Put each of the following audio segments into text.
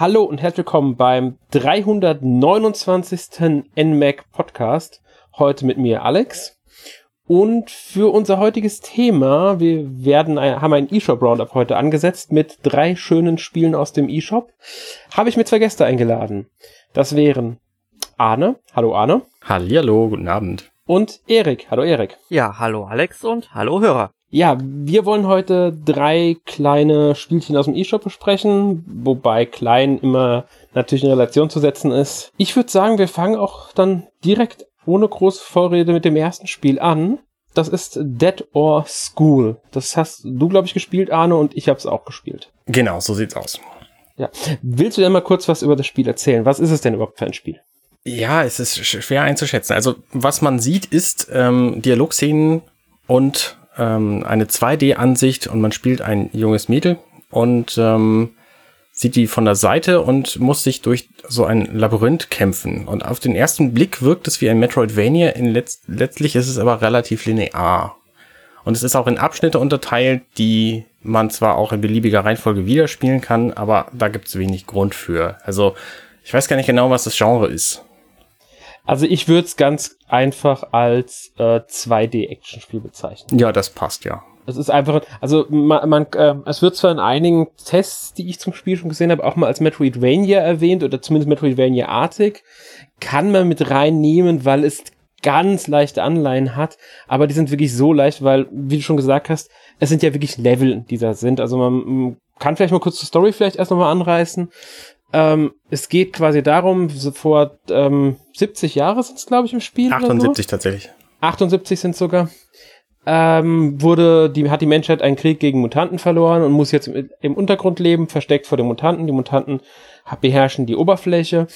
Hallo und herzlich willkommen beim 329. NMAC Podcast. Heute mit mir Alex. Und für unser heutiges Thema, haben einen eShop-Roundup heute angesetzt mit 3 schönen Spielen aus dem eShop. Habe ich mir 2 Gäste eingeladen. Das wären Arne. Hallo Arne. Hallihallo, guten Abend. Und Erik. Hallo Erik. Ja, hallo Alex und hallo Hörer. Ja, wir wollen heute 3 kleine Spielchen aus dem eShop besprechen, wobei klein immer natürlich in Relation zu setzen ist. Ich würde sagen, wir fangen auch dann direkt ohne große Vorrede mit dem ersten Spiel an. Das ist Dead or School. Das hast du, glaube ich, gespielt, Arne, und ich habe es auch gespielt. Genau, so sieht's aus. Ja. Willst du denn mal kurz was über das Spiel erzählen? Was ist es denn überhaupt für ein Spiel? Ja, es ist schwer einzuschätzen. Also, was man sieht, ist Dialogszenen und eine 2D-Ansicht und man spielt ein junges Mädel und sieht die von der Seite und muss sich durch so ein Labyrinth kämpfen. Und auf den ersten Blick wirkt es wie ein Metroidvania, letztlich ist es aber relativ linear. Und es ist auch in Abschnitte unterteilt, die man zwar auch in beliebiger Reihenfolge wiederspielen kann, aber da gibt es wenig Grund für. Also ich weiß gar nicht genau, was das Genre ist. Also ich würde es ganz einfach als 2D-Action-Spiel bezeichnen. Ja, das passt, ja. Es ist einfach, also es wird zwar in einigen Tests, die ich zum Spiel schon gesehen habe, auch mal als Metroidvania erwähnt oder zumindest Metroidvania-artig. Kann man mit reinnehmen, weil es ganz leichte Anleihen hat, aber die sind wirklich so leicht, weil, wie du schon gesagt hast, es sind ja wirklich Level, die da sind. Also man kann vielleicht mal kurz die Story vielleicht erst nochmal anreißen. Es geht quasi darum, vor 70 Jahre sind es, glaube ich, im Spiel. 78 tatsächlich. 78 sind sogar. Hat die Menschheit einen Krieg gegen Mutanten verloren und muss jetzt im Untergrund leben, versteckt vor den Mutanten. Die Mutanten beherrschen die Oberfläche.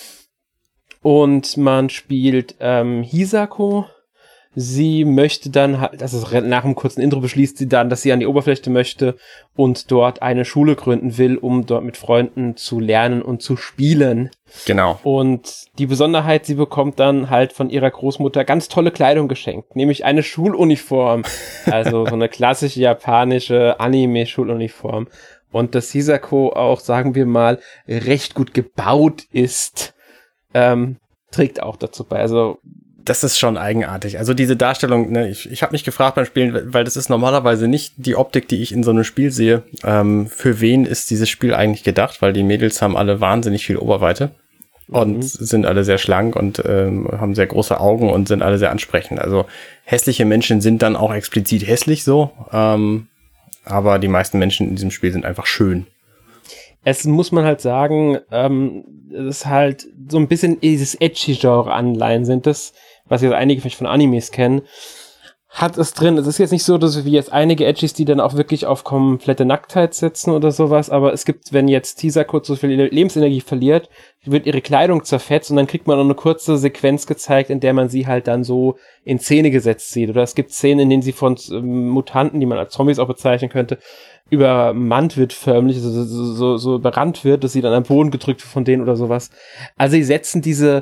Und man spielt Hisako. Sie möchte dann, nach einem kurzen Intro beschließt sie dann, dass sie an die Oberfläche möchte und dort eine Schule gründen will, um dort mit Freunden zu lernen und zu spielen. Genau. Und die Besonderheit, sie bekommt dann halt von ihrer Großmutter ganz tolle Kleidung geschenkt, nämlich eine Schuluniform. Also so eine klassische japanische Anime-Schuluniform. Und dass Hisako auch, sagen wir mal, recht gut gebaut ist, trägt auch dazu bei. Also das ist schon eigenartig. Also diese Darstellung, ne, ich habe mich gefragt beim Spielen, weil das ist normalerweise nicht die Optik, die ich in so einem Spiel sehe. Für wen ist dieses Spiel eigentlich gedacht? Weil die Mädels haben alle wahnsinnig viel Oberweite und sind alle sehr schlank und haben sehr große Augen und sind alle sehr ansprechend. Also hässliche Menschen sind dann auch explizit hässlich so, aber die meisten Menschen in diesem Spiel sind einfach schön. Es muss man halt sagen, es ist halt so ein bisschen dieses Edgy-Genre-Anleihen sind das, was jetzt einige vielleicht von Animes kennen, hat es drin. Es ist jetzt nicht so, dass wie jetzt einige Edgys, die dann auch wirklich auf komplette Nacktheit setzen oder sowas, aber es gibt, wenn jetzt Hisako so viel Lebensenergie verliert, wird ihre Kleidung zerfetzt und dann kriegt man noch eine kurze Sequenz gezeigt, in der man sie halt dann so in Szene gesetzt sieht. Oder es gibt Szenen, in denen sie von Mutanten, die man als Zombies auch bezeichnen könnte, übermannt wird förmlich, so überrannt wird, dass sie dann am Boden gedrückt wird von denen oder sowas. Also sie setzen dieses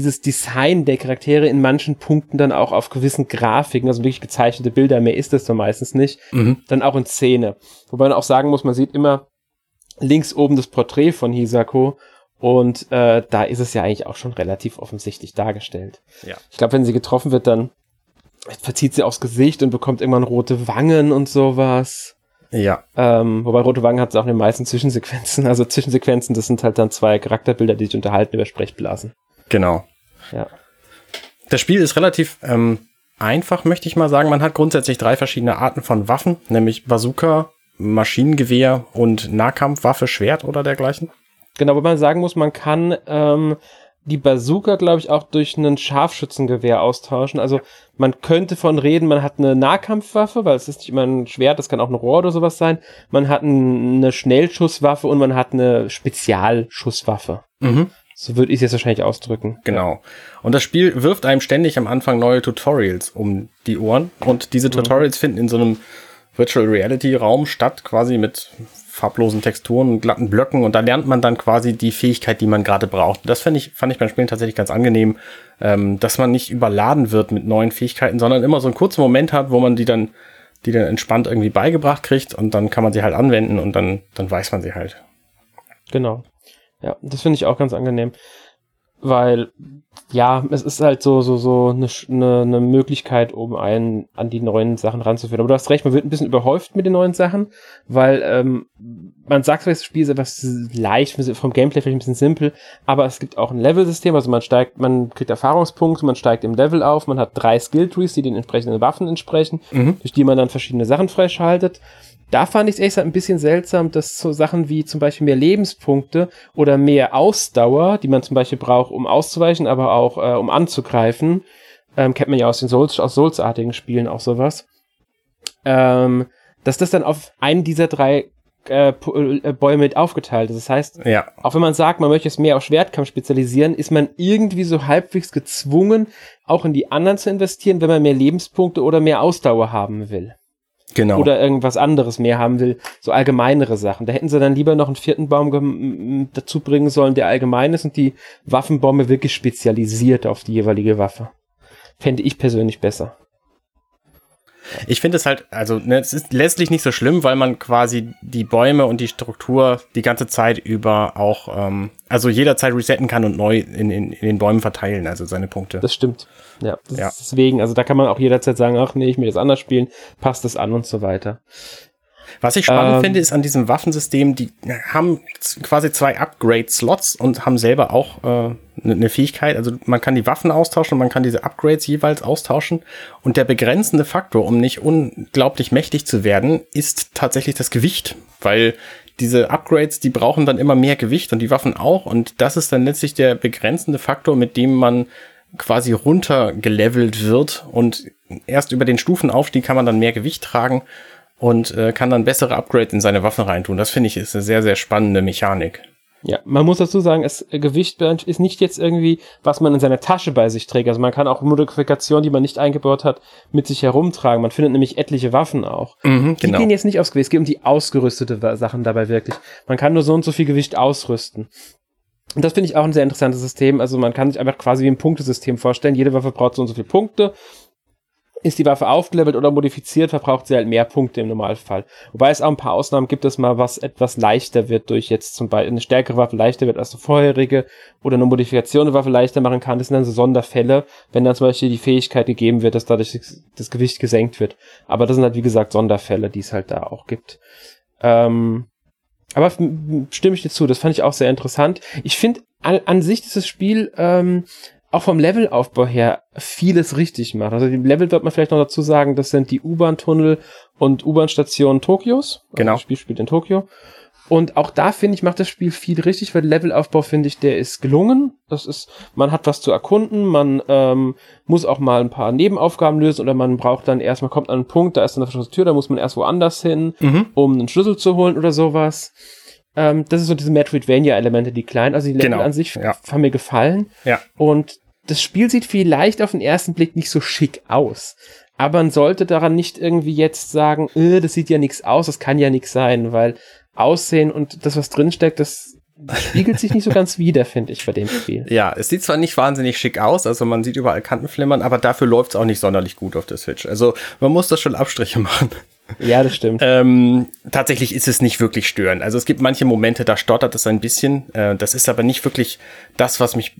Design der Charaktere in manchen Punkten dann auch auf gewissen Grafiken, also wirklich gezeichnete Bilder, mehr ist das dann meistens nicht, dann auch in Szene. Wobei man auch sagen muss, man sieht immer links oben das Porträt von Hisako und da ist es ja eigentlich auch schon relativ offensichtlich dargestellt. Ja. Ich glaube, wenn sie getroffen wird, dann verzieht sie aufs Gesicht und bekommt irgendwann rote Wangen und sowas. Ja. Wobei rote Wangen hat es auch in den meisten Zwischensequenzen. Also Zwischensequenzen, das sind halt dann 2 Charakterbilder, die sich unterhalten über Sprechblasen. Genau. Ja. Das Spiel ist relativ einfach, möchte ich mal sagen. Man hat grundsätzlich 3 verschiedene Arten von Waffen, nämlich Bazooka, Maschinengewehr und Nahkampfwaffe, Schwert oder dergleichen. Genau, wo man sagen muss, man kann die Bazooka, glaube ich, auch durch ein Scharfschützengewehr austauschen. Also man könnte von reden, man hat eine Nahkampfwaffe, weil es ist nicht immer ein Schwert, das kann auch ein Rohr oder sowas sein. Man hat eine Schnellschusswaffe und man hat eine Spezialschusswaffe. So würde ich es jetzt wahrscheinlich ausdrücken. Genau. Und das Spiel wirft einem ständig am Anfang neue Tutorials um die Ohren. Und diese Tutorials finden in so einem Virtual Reality Raum statt, quasi mit farblosen Texturen und glatten Blöcken. Und da lernt man dann quasi die Fähigkeit, die man gerade braucht. Das fand ich beim Spielen tatsächlich ganz angenehm, dass man nicht überladen wird mit neuen Fähigkeiten, sondern immer so einen kurzen Moment hat, wo man die dann entspannt irgendwie beigebracht kriegt und dann kann man sie halt anwenden und dann weiß man sie halt. Genau. Ja, das finde ich auch ganz angenehm. Weil, ja, es ist halt so eine Möglichkeit, um einen an die neuen Sachen ranzuführen. Aber du hast recht, man wird ein bisschen überhäuft mit den neuen Sachen, weil man sagt zwar, das Spiel ist etwas leicht, vom Gameplay vielleicht ein bisschen simpel, aber es gibt auch ein Level-System, also man kriegt Erfahrungspunkte, man steigt im Level auf, man hat 3 Skill-Trees, die den entsprechenden Waffen entsprechen, durch die man dann verschiedene Sachen freischaltet. Da fand ich es echt ein bisschen seltsam, dass so Sachen wie zum Beispiel mehr Lebenspunkte oder mehr Ausdauer, die man zum Beispiel braucht, um auszuweichen, aber auch um anzugreifen, kennt man ja aus den Souls-artigen Spielen auch sowas, dass das dann auf einen dieser 3 Bäume mit aufgeteilt ist. Das heißt, auch wenn man sagt, man möchte es mehr auf Schwertkampf spezialisieren, ist man irgendwie so halbwegs gezwungen, auch in die anderen zu investieren, wenn man mehr Lebenspunkte oder mehr Ausdauer haben will. Genau. Oder irgendwas anderes mehr haben will, so allgemeinere Sachen. Da hätten sie dann lieber noch einen 4. Baum dazu bringen sollen, der allgemein ist und die Waffenbäume wirklich spezialisiert auf die jeweilige Waffe. Fände ich persönlich besser. Ich finde es halt, also es ist letztlich nicht so schlimm, weil man quasi die Bäume und die Struktur die ganze Zeit über auch, also jederzeit resetten kann und neu in den Bäumen verteilen, also seine Punkte. Das stimmt. Ja, deswegen, also da kann man auch jederzeit sagen, ach nee, ich will das anders spielen, passt das an und so weiter. Was ich spannend finde, ist an diesem Waffensystem, die haben quasi 2 Upgrade-Slots und haben selber auch eine Fähigkeit. Also man kann die Waffen austauschen und man kann diese Upgrades jeweils austauschen. Und der begrenzende Faktor, um nicht unglaublich mächtig zu werden, ist tatsächlich das Gewicht. Weil diese Upgrades, die brauchen dann immer mehr Gewicht und die Waffen auch. Und das ist dann letztlich der begrenzende Faktor, mit dem man quasi runtergelevelt wird. Und erst über den Stufenaufstieg kann man dann mehr Gewicht tragen. Und kann dann bessere Upgrades in seine Waffen reintun. Das finde ich ist eine sehr, sehr spannende Mechanik. Ja, man muss dazu sagen, Gewicht ist nicht jetzt irgendwie, was man in seiner Tasche bei sich trägt. Also man kann auch Modifikationen, die man nicht eingebaut hat, mit sich herumtragen. Man findet nämlich etliche Waffen auch. Die gehen jetzt nicht aufs Gewicht, es geht um die ausgerüstete Sachen dabei wirklich. Man kann nur so und so viel Gewicht ausrüsten. Und das finde ich auch ein sehr interessantes System. Also man kann sich einfach quasi wie ein Punktesystem vorstellen. Jede Waffe braucht so und so viele Punkte. Ist die Waffe aufgelevelt oder modifiziert, verbraucht sie halt mehr Punkte im Normalfall. Wobei es auch ein paar Ausnahmen gibt, dass mal was etwas leichter wird durch jetzt zum Beispiel eine stärkere Waffe leichter wird als die vorherige oder eine Modifikation der Waffe leichter machen kann. Das sind dann so Sonderfälle, wenn dann zum Beispiel die Fähigkeit gegeben wird, dass dadurch das Gewicht gesenkt wird. Aber das sind halt wie gesagt Sonderfälle, die es halt da auch gibt. Aber stimme ich dir zu, das fand ich auch sehr interessant. Ich finde an sich dieses Spiel auch vom Levelaufbau her vieles richtig macht. Also die Level wird man vielleicht noch dazu sagen, das sind die U-Bahn-Tunnel und U-Bahn-Stationen Tokios. Genau. Also das Spiel spielt in Tokio. Und auch da, finde ich, macht das Spiel viel richtig, weil der Levelaufbau, finde ich, der ist gelungen. Man hat was zu erkunden, man muss auch mal ein paar Nebenaufgaben lösen oder man braucht dann erstmal, kommt an einen Punkt, da ist eine verschlossene Tür, da muss man erst woanders hin, um einen Schlüssel zu holen oder sowas. Das ist so diese Metroidvania-Elemente, die kleinen, also die Level an sich haben mir gefallen. Ja. Und das Spiel sieht vielleicht auf den ersten Blick nicht so schick aus. Aber man sollte daran nicht irgendwie jetzt sagen, das sieht ja nichts aus, das kann ja nichts sein, weil Aussehen und das, was drinsteckt, das spiegelt sich nicht so ganz wider, finde ich, bei dem Spiel. Ja, es sieht zwar nicht wahnsinnig schick aus, also man sieht überall Kanten flimmern, aber dafür läuft es auch nicht sonderlich gut auf der Switch. Also man muss das schon Abstriche machen. Ja, das stimmt. Tatsächlich ist es nicht wirklich störend. Also es gibt manche Momente, da stottert es ein bisschen. Das ist aber nicht wirklich das, was mich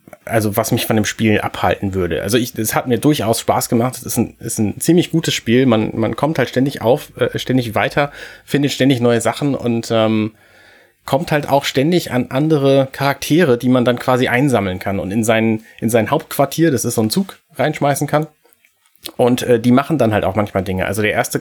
von dem Spiel abhalten würde. Also es hat mir durchaus Spaß gemacht. Es ist ein ziemlich gutes Spiel. Man kommt halt ständig ständig weiter, findet ständig neue Sachen und kommt halt auch ständig an andere Charaktere, die man dann quasi einsammeln kann und in sein Hauptquartier, das ist so ein Zug, reinschmeißen kann. Und die machen dann halt auch manchmal Dinge. Also der erste,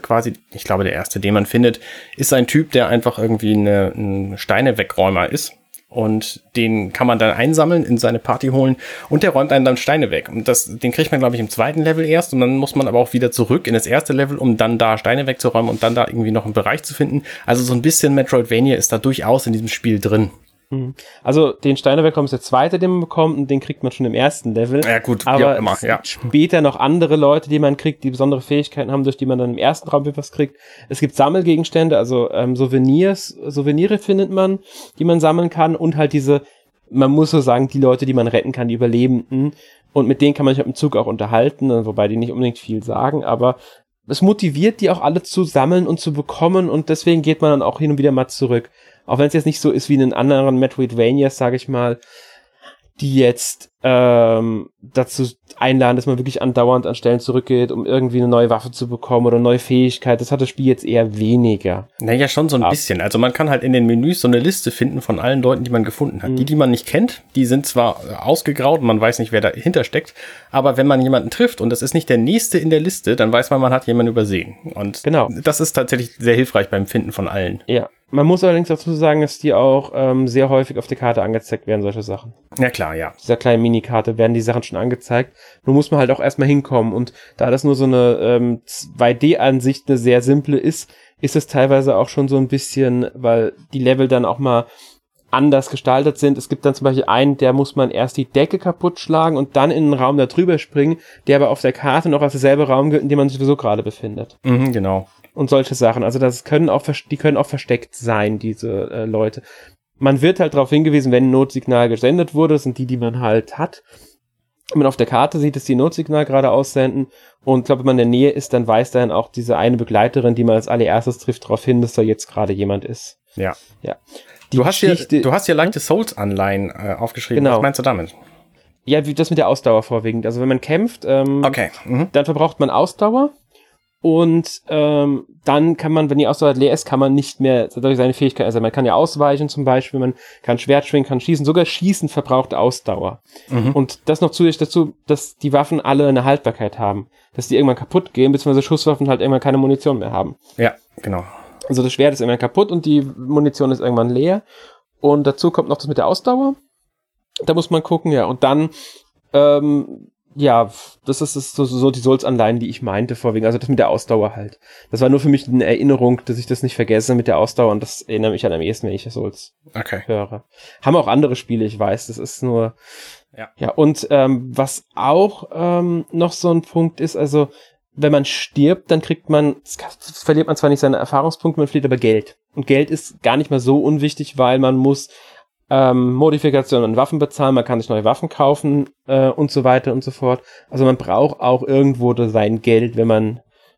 den man findet, ist ein Typ, der einfach irgendwie ein Steine-Wegräumer ist. Und den kann man dann einsammeln, in seine Party holen und der räumt einem dann Steine weg. Und den kriegt man, glaube ich, im 2. Level erst und dann muss man aber auch wieder zurück in das 1. Level, um dann da Steine wegzuräumen und dann da irgendwie noch einen Bereich zu finden. Also so ein bisschen Metroidvania ist da durchaus in diesem Spiel drin. Also den Steine wegkommen ist der 2., den man bekommt und den kriegt man schon im 1. Level. Ja gut, aber wie auch immer, ja. Später noch andere Leute, die man kriegt, die besondere Fähigkeiten haben, durch die man dann im ersten Raum etwas kriegt. Es gibt Sammelgegenstände, also Souvenire findet man, die man sammeln kann und halt man muss so sagen, die Leute, die man retten kann, die Überlebenden. Und mit denen kann man sich auf dem Zug auch unterhalten, wobei die nicht unbedingt viel sagen, aber es motiviert die auch alle zu sammeln und zu bekommen und deswegen geht man dann auch hin und wieder mal zurück. Auch wenn es jetzt nicht so ist wie in den anderen Metroidvanias, sage ich mal, die jetzt dazu einladen, dass man wirklich andauernd an Stellen zurückgeht, um irgendwie eine neue Waffe zu bekommen oder eine neue Fähigkeit. Das hat das Spiel jetzt eher weniger. Naja, schon so ein bisschen. Also man kann halt in den Menüs so eine Liste finden von allen Leuten, die man gefunden hat. Die man nicht kennt, die sind zwar ausgegraut und man weiß nicht, wer dahinter steckt, aber wenn man jemanden trifft und das ist nicht der Nächste in der Liste, dann weiß man hat jemanden übersehen. Und genau. Das ist tatsächlich sehr hilfreich beim Finden von allen. Ja. Man muss allerdings dazu sagen, dass die auch sehr häufig auf der Karte angezeigt werden, solche Sachen. Ja klar, ja. Dieser kleinen Minikarte werden die Sachen schon angezeigt. Nur muss man halt auch erstmal hinkommen. Und da das nur so eine 2D-Ansicht eine sehr simple ist es teilweise auch schon so ein bisschen, weil die Level dann auch mal anders gestaltet sind. Es gibt dann zum Beispiel einen, der muss man erst die Decke kaputt schlagen und dann in einen Raum da drüber springen, der aber auf der Karte noch als derselbe Raum gilt, in dem man sich sowieso gerade befindet. Mhm, genau. Und solche Sachen. Also die können auch versteckt sein, diese Leute. Man wird halt darauf hingewiesen, wenn ein Notsignal gesendet wurde. Das sind die man halt hat. Wenn man auf der Karte sieht, dass die Notsignal gerade aussenden. Und ich glaube, wenn man in der Nähe ist, dann weist dann auch diese eine Begleiterin, die man als allererstes trifft, darauf hin, dass da jetzt gerade jemand ist. Ja. Ja. Du hast hier leichte Souls-Anleihen aufgeschrieben. Genau. Was meinst du damit? Ja, wie das mit der Ausdauer vorwiegend. Also wenn man kämpft, Okay. dann verbraucht man Ausdauer. Und dann kann man, wenn die Ausdauer leer ist, kann man nicht mehr dadurch seine Fähigkeit, also man kann ja ausweichen zum Beispiel, man kann Schwert schwingen, kann schießen, sogar Schießen verbraucht Ausdauer. Und das noch zusätzlich dazu, dass die Waffen alle eine Haltbarkeit haben, dass die irgendwann kaputt gehen, beziehungsweise Schusswaffen halt irgendwann keine Munition mehr haben. Ja, genau. Also das Schwert ist irgendwann kaputt und die Munition ist irgendwann leer. Und dazu kommt noch das mit der Ausdauer. Da muss man gucken, ja. Und dann ja, das ist so die Souls-Anleihen, die ich meinte vorwiegend. Also das mit der Ausdauer halt. Das war nur für mich eine Erinnerung, dass ich das nicht vergesse mit der Ausdauer. Und das erinnert mich halt am ehesten, wenn ich Souls höre. Haben auch andere Spiele, ich weiß. Das ist nur... Ja, und was auch noch so ein Punkt ist, also wenn man stirbt, dann verliert man zwar nicht seine Erfahrungspunkte, man verliert aber Geld. Und Geld ist gar nicht mal so unwichtig, weil man muss Modifikationen an Waffen bezahlen, man kann sich neue Waffen kaufen und so weiter und so fort. Also man braucht auch irgendwo sein Geld, wenn man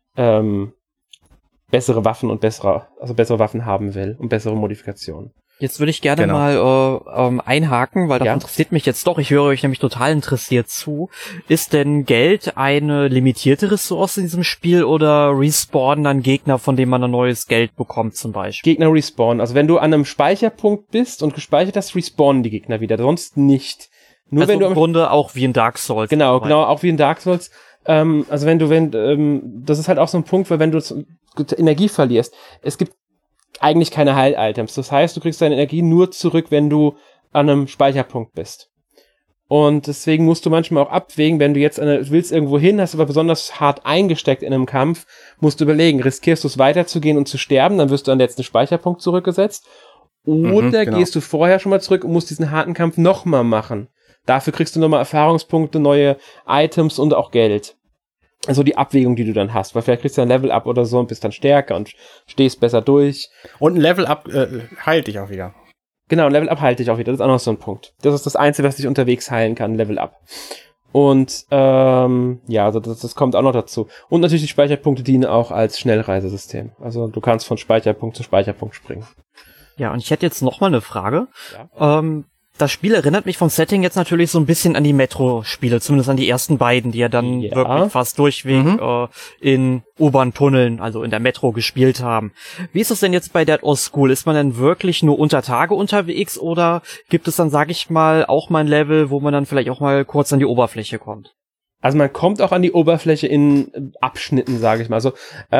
bessere Waffen und bessere Waffen haben will und bessere Modifikationen. Jetzt würde ich gerne mal einhaken, weil das interessiert mich jetzt doch. Ich höre euch nämlich total interessiert zu. Ist denn Geld eine limitierte Ressource in diesem Spiel oder respawnen dann Gegner, von denen man ein neues Geld bekommt zum Beispiel? Gegner respawnen. Also wenn du an einem Speicherpunkt bist und gespeichert hast, respawnen die Gegner wieder. Sonst nicht. Nur also wenn du im Grunde auch wie in Dark Souls. Genau, auch wie in Dark Souls. Also das ist halt auch so ein Punkt, weil wenn du Energie verlierst, es gibt eigentlich keine Heil-Items. Das heißt, du kriegst deine Energie nur zurück, wenn du an einem Speicherpunkt bist. Und deswegen musst du manchmal auch abwägen, wenn du jetzt willst irgendwo hin, hast aber besonders hart eingesteckt in einem Kampf, musst du überlegen, riskierst du es weiterzugehen und zu sterben, dann wirst du an den letzten Speicherpunkt zurückgesetzt. Oder gehst du vorher schon mal zurück und musst diesen harten Kampf nochmal machen. Dafür kriegst du nochmal Erfahrungspunkte, neue Items und auch Geld. Also die Abwägung, die du dann hast, weil vielleicht kriegst du ein Level-Up oder so und bist dann stärker und stehst besser durch. Und ein Level-Up heilt dich auch wieder. Genau, ein Level-Up heilt dich auch wieder, das ist auch noch so ein Punkt. Das ist das Einzige, was dich unterwegs heilen kann, Level-Up. Und also das kommt auch noch dazu. Und natürlich die Speicherpunkte dienen auch als Schnellreisesystem. Also du kannst von Speicherpunkt zu Speicherpunkt springen. Ja, und ich hätte jetzt noch mal eine Frage. Ja. Das Spiel erinnert mich vom Setting jetzt natürlich so ein bisschen an die Metro-Spiele, zumindest an die ersten beiden, die ja dann wirklich fast durchweg in U-Bahn-Tunneln, also in der Metro gespielt haben. Wie ist es denn jetzt bei Dead or School? Ist man denn wirklich nur unter Tage unterwegs oder gibt es dann, sag ich mal, auch mal ein Level, wo man dann vielleicht auch mal kurz an die Oberfläche kommt? Also man kommt auch an die Oberfläche in Abschnitten, sage ich mal. Also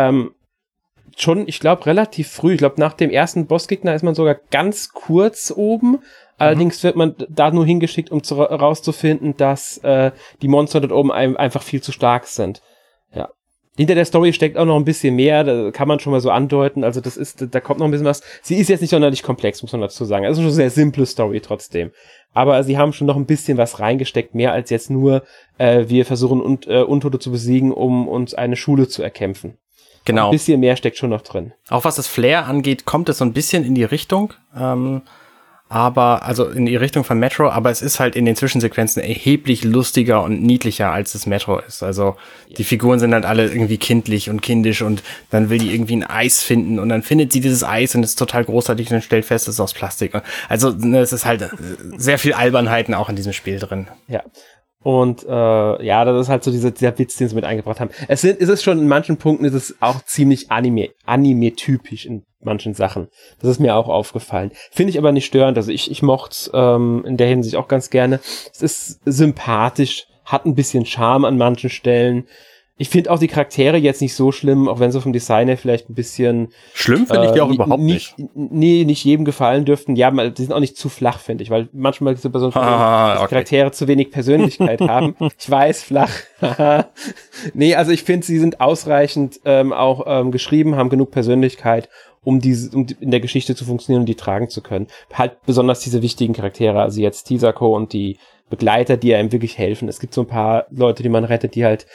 schon, ich glaube, relativ früh. Ich glaube, nach dem ersten Bossgegner ist man sogar ganz kurz oben. Allerdings wird man da nur hingeschickt, um rauszufinden, dass die Monster dort oben einfach viel zu stark sind. Ja. Hinter der Story steckt auch noch ein bisschen mehr, da kann man schon mal so andeuten. Also da kommt noch ein bisschen was. Sie ist jetzt nicht sonderlich komplex, muss man dazu sagen. Also schon eine sehr simple Story trotzdem. Aber sie haben schon noch ein bisschen was reingesteckt, mehr als jetzt nur, wir versuchen Untote zu besiegen, um uns eine Schule zu erkämpfen. Genau. Ein bisschen mehr steckt schon noch drin. Auch was das Flair angeht, kommt es so ein bisschen in die Richtung. aber, also in die Richtung von Metro, aber es ist halt in den Zwischensequenzen erheblich lustiger und niedlicher, als das Metro ist. Also die Figuren sind halt alle irgendwie kindlich und kindisch und dann will die irgendwie ein Eis finden und dann findet sie dieses Eis und ist total großartig und dann stellt fest, es ist aus Plastik. Also es ist halt sehr viel Albernheiten auch in diesem Spiel drin. Ja. Und ja, das ist halt so dieser Witz, den sie mit eingebracht haben. Es ist schon in manchen Punkten ist es auch ziemlich Anime-typisch in manchen Sachen. Das ist mir auch aufgefallen. Finde ich aber nicht störend. Also ich mochte es in der Hinsicht auch ganz gerne. Es ist sympathisch, hat ein bisschen Charme an manchen Stellen. Ich finde auch die Charaktere jetzt nicht so schlimm, auch wenn sie vom Design her vielleicht ein bisschen... Schlimm finde ich die auch überhaupt nicht. Nee, nicht jedem gefallen dürften. Ja, die sind auch nicht zu flach, finde ich, weil manchmal so Personen, dass Charaktere zu wenig Persönlichkeit haben. Ich weiß, flach. Nee, also ich finde, sie sind ausreichend auch geschrieben, haben genug Persönlichkeit, um in der Geschichte zu funktionieren und die tragen zu können. Halt besonders diese wichtigen Charaktere, also jetzt Tisako und die Begleiter, die einem wirklich helfen. Es gibt so ein paar Leute, die man rettet, die halt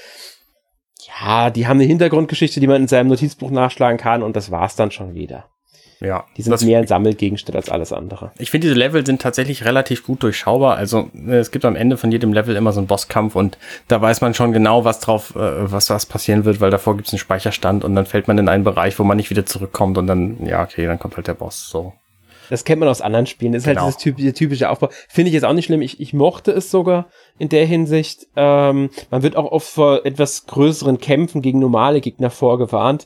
ja, die haben eine Hintergrundgeschichte, die man in seinem Notizbuch nachschlagen kann und das war's dann schon wieder. Ja. Die sind mehr ein Sammelgegenstand als alles andere. Ich finde, diese Level sind tatsächlich relativ gut durchschaubar. Also es gibt am Ende von jedem Level immer so einen Bosskampf und da weiß man schon genau, was passieren wird, weil davor gibt's einen Speicherstand und dann fällt man in einen Bereich, wo man nicht wieder zurückkommt und dann, ja, okay, dann kommt halt der Boss, so. Das kennt man aus anderen Spielen. Das ist genau. Halt dieses typische Aufbau. Finde ich jetzt auch nicht schlimm. Ich mochte es sogar in der Hinsicht. Man wird auch oft vor etwas größeren Kämpfen gegen normale Gegner vorgewarnt,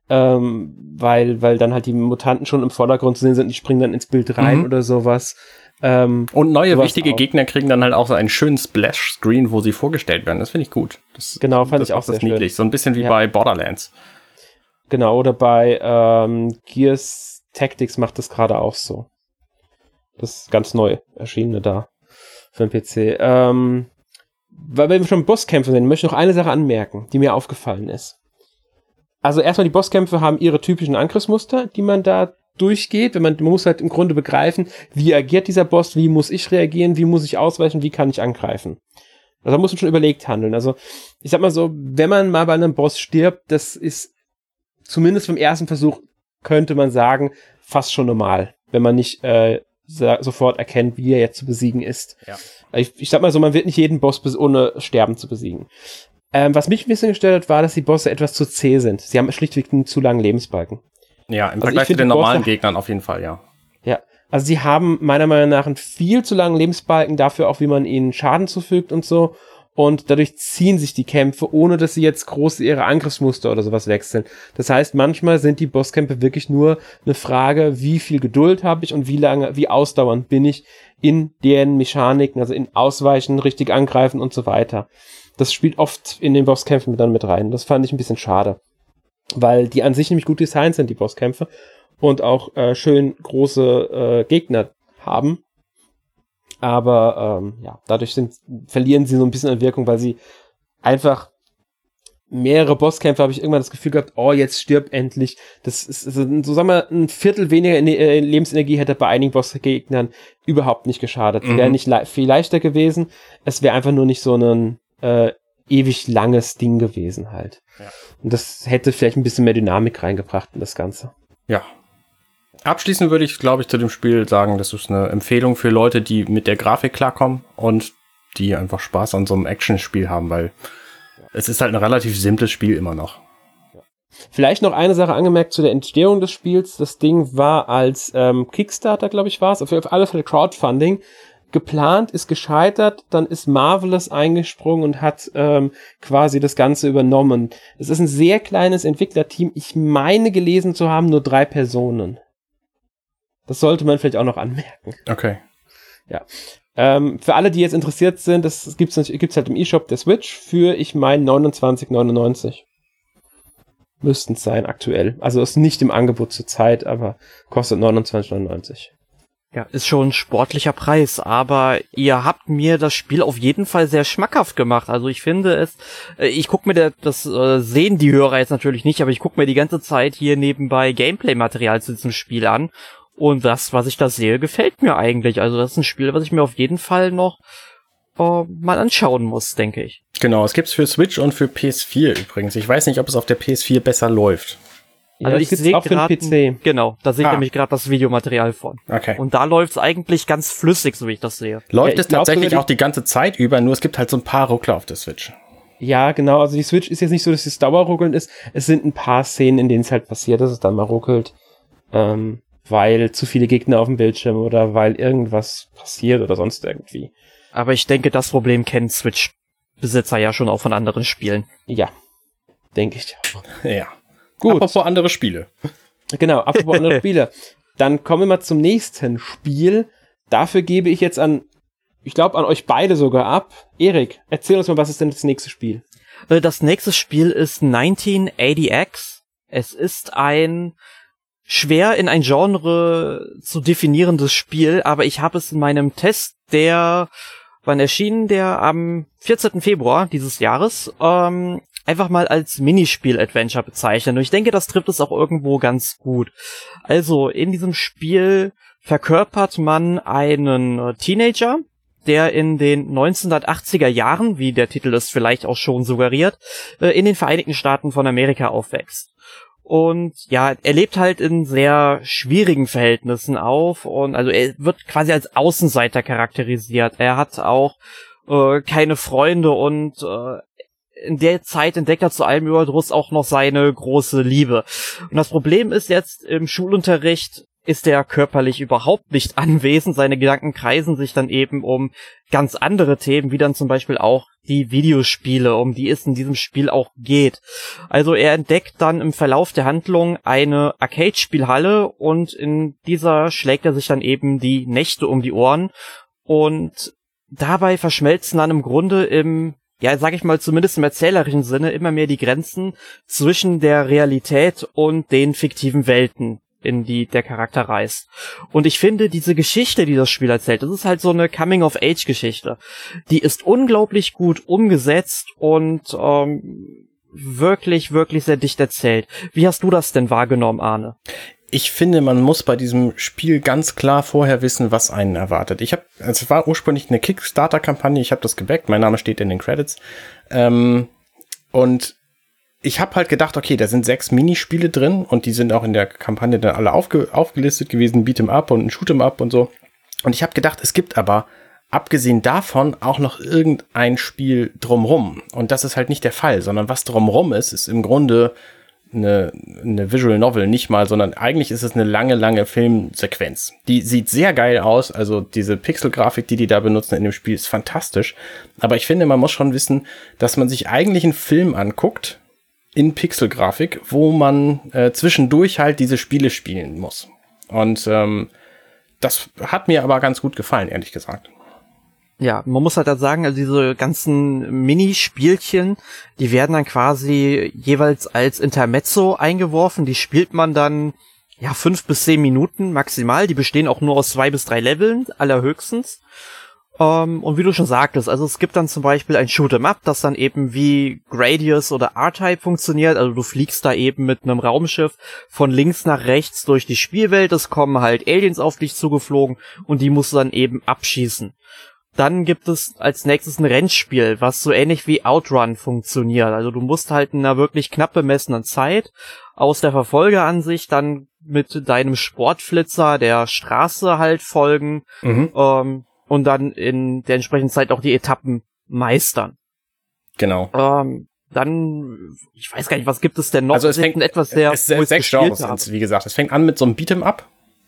weil dann halt die Mutanten schon im Vordergrund zu sehen sind. Die springen dann ins Bild rein oder sowas. Und neue wichtige Gegner kriegen dann halt auch so einen schönen Splash-Screen, wo sie vorgestellt werden. Das finde ich gut. Das, genau, fand ich auch sehr niedlich. Schön. So ein bisschen wie bei Borderlands. Genau, oder bei Gears Tactics macht das gerade auch so. Das ist ganz neu erschienene da für den PC. Weil wir schon Bosskämpfe sind, möchte ich noch eine Sache anmerken, die mir aufgefallen ist. Also erstmal, die Bosskämpfe haben ihre typischen Angriffsmuster, die man da durchgeht. Man muss halt im Grunde begreifen, wie agiert dieser Boss, wie muss ich reagieren, wie muss ich ausweichen, wie kann ich angreifen. Also da muss man schon überlegt handeln. Also ich sag mal so, wenn man mal bei einem Boss stirbt, das ist zumindest vom ersten Versuch, könnte man sagen, fast schon normal, wenn man nicht sofort erkennt, wie er jetzt zu besiegen ist. Ja. Ich sag mal so, man wird nicht jeden Boss ohne Sterben zu besiegen. Was mich ein bisschen gestört hat, war, dass die Bosse etwas zu zäh sind. Sie haben schlichtweg einen zu langen Lebensbalken. Ja, im Vergleich zu den normalen Gegnern auf jeden Fall, ja. Ja, also sie haben meiner Meinung nach einen viel zu langen Lebensbalken, dafür auch, wie man ihnen Schaden zufügt und so. Und dadurch ziehen sich die Kämpfe, ohne dass sie jetzt groß ihre Angriffsmuster oder sowas wechseln. Das heißt, manchmal sind die Bosskämpfe wirklich nur eine Frage, wie viel Geduld habe ich und wie ausdauernd bin ich in den Mechaniken, also in Ausweichen, richtig angreifen und so weiter. Das spielt oft in den Bosskämpfen dann mit rein. Das fand ich ein bisschen schade. Weil die an sich nämlich gut designt sind, die Bosskämpfe. Und auch schön große Gegner haben. Aber ja, dadurch verlieren sie so ein bisschen an Wirkung, weil sie einfach mehrere Bosskämpfe, habe ich irgendwann das Gefühl gehabt, oh, jetzt stirbt endlich. Das ist so, sagen wir, ein Viertel weniger Lebensenergie hätte bei einigen Bossgegnern überhaupt nicht geschadet. Wäre nicht viel leichter gewesen. Es wäre einfach nur nicht so ein ewig langes Ding gewesen halt. Ja. Und das hätte vielleicht ein bisschen mehr Dynamik reingebracht in das Ganze. Ja. Abschließend würde ich, glaube ich, zu dem Spiel sagen, das ist eine Empfehlung für Leute, die mit der Grafik klarkommen und die einfach Spaß an so einem Actionspiel haben, weil es ist halt ein relativ simples Spiel immer noch. Vielleicht noch eine Sache angemerkt zu der Entstehung des Spiels. Das Ding war als Kickstarter, glaube ich, war es, auf alle Fälle Crowdfunding geplant, ist gescheitert, dann ist Marvelous eingesprungen und hat quasi das Ganze übernommen. Es ist ein sehr kleines Entwicklerteam. Ich meine gelesen zu haben, nur 3 Personen. Das sollte man vielleicht auch noch anmerken. Okay. Ja. Für alle, die jetzt interessiert sind, das gibt's halt im eShop der Switch für, ich meine, 29,99. Müssten es sein aktuell. Also ist nicht im Angebot zur Zeit, aber kostet 29,99. Ja, ist schon ein sportlicher Preis, aber ihr habt mir das Spiel auf jeden Fall sehr schmackhaft gemacht. Also ich finde es, ich gucke mir das sehen die Hörer jetzt natürlich nicht, aber ich gucke mir die ganze Zeit hier nebenbei Gameplay-Material zu diesem Spiel an. Und das, was ich da sehe, gefällt mir eigentlich. Also das ist ein Spiel, was ich mir auf jeden Fall noch mal anschauen muss, denke ich. Genau, es gibt's für Switch und für PS4 übrigens. Ich weiß nicht, ob es auf der PS4 besser läuft. Ja, also ich sehe auch für den PC. Genau, da sehe ich nämlich gerade das Videomaterial von. Okay. Und da läuft's eigentlich ganz flüssig, so wie ich das sehe. Läuft es tatsächlich auch die ganze Zeit über, nur es gibt halt so ein paar Ruckler auf der Switch. Ja, genau, also die Switch ist jetzt nicht so, dass es dauerruckeln ist. Es sind ein paar Szenen, in denen es halt passiert, dass es dann mal ruckelt, weil zu viele Gegner auf dem Bildschirm oder weil irgendwas passiert oder sonst irgendwie. Aber ich denke, das Problem kennen Switch-Besitzer ja schon auch von anderen Spielen. Ja, denke ich. Ja. Gut. Apropos andere Spiele. Genau, apropos andere Spiele. Dann kommen wir mal zum nächsten Spiel. Dafür gebe ich jetzt ich glaube an euch beide sogar ab. Erik, erzähl uns mal, was ist denn das nächste Spiel? Das nächste Spiel ist 1980X. Es ist ein schwer in ein Genre zu definierendes Spiel, aber ich habe es in meinem Test, wann erschien der am 14. Februar dieses Jahres, einfach mal als Minispiel-Adventure bezeichnen. Und ich denke, das trifft es auch irgendwo ganz gut. Also, in diesem Spiel verkörpert man einen Teenager, der in den 1980er Jahren, wie der Titel es vielleicht auch schon suggeriert, in den Vereinigten Staaten von Amerika aufwächst. Und ja, er lebt halt in sehr schwierigen Verhältnissen auf und also er wird quasi als Außenseiter charakterisiert. Er hat auch keine Freunde und in der Zeit entdeckt er zu allem Überdruss auch noch seine große Liebe. Und das Problem ist jetzt, im Schulunterricht ist er körperlich überhaupt nicht anwesend. Seine Gedanken kreisen sich dann eben um ganz andere Themen, wie dann zum Beispiel auch die Videospiele, um die es in diesem Spiel auch geht. Also er entdeckt dann im Verlauf der Handlung eine Arcade-Spielhalle und in dieser schlägt er sich dann eben die Nächte um die Ohren und dabei verschmelzen dann im Grunde sag ich mal, zumindest im erzählerischen Sinne immer mehr die Grenzen zwischen der Realität und den fiktiven Welten, in die der Charakter reist. Und ich finde, diese Geschichte, die das Spiel erzählt, das ist halt so eine Coming-of-Age-Geschichte. Die ist unglaublich gut umgesetzt und wirklich, wirklich sehr dicht erzählt. Wie hast du das denn wahrgenommen, Arne? Ich finde, man muss bei diesem Spiel ganz klar vorher wissen, was einen erwartet. Es war ursprünglich eine Kickstarter-Kampagne, ich habe das gebackt, mein Name steht in den Credits. Und ich habe halt gedacht, okay, da sind 6 Minispiele drin und die sind auch in der Kampagne dann alle aufgelistet gewesen, Beat'em Up und ein Shoot'em Up und so. Und ich habe gedacht, es gibt aber, abgesehen davon, auch noch irgendein Spiel drumrum. Und das ist halt nicht der Fall, sondern was drumrum ist im Grunde eine Visual Novel nicht mal, sondern eigentlich ist es eine lange, lange Filmsequenz. Die sieht sehr geil aus, also diese Pixelgrafik, die da benutzen in dem Spiel, ist fantastisch. Aber ich finde, man muss schon wissen, dass man sich eigentlich einen Film anguckt, in Pixelgrafik, wo man zwischendurch halt diese Spiele spielen muss. Und das hat mir aber ganz gut gefallen, ehrlich gesagt. Ja, man muss halt da sagen, also diese ganzen Minispielchen, die werden dann quasi jeweils als Intermezzo eingeworfen. Die spielt man dann 5 bis 10 Minuten maximal. Die bestehen auch nur aus 2 bis 3 Leveln, allerhöchstens. Und wie du schon sagtest, also es gibt dann zum Beispiel ein Shoot'em Up, das dann eben wie Gradius oder R-Type funktioniert. Also du fliegst da eben mit einem Raumschiff von links nach rechts durch die Spielwelt. Es kommen halt Aliens auf dich zugeflogen und die musst du dann eben abschießen. Dann gibt es als nächstes ein Rennspiel, was so ähnlich wie Outrun funktioniert. Also du musst halt in einer wirklich knapp bemessenen Zeit aus der Verfolgeransicht dann mit deinem Sportflitzer der Straße halt folgen. Und dann in der entsprechenden Zeit auch die Etappen meistern. Genau. Dann, ich weiß gar nicht, was gibt es denn noch? Also es fängt etwas sehr, es 6 Genres, wie gesagt. Es fängt an mit so einem Beat'em Up,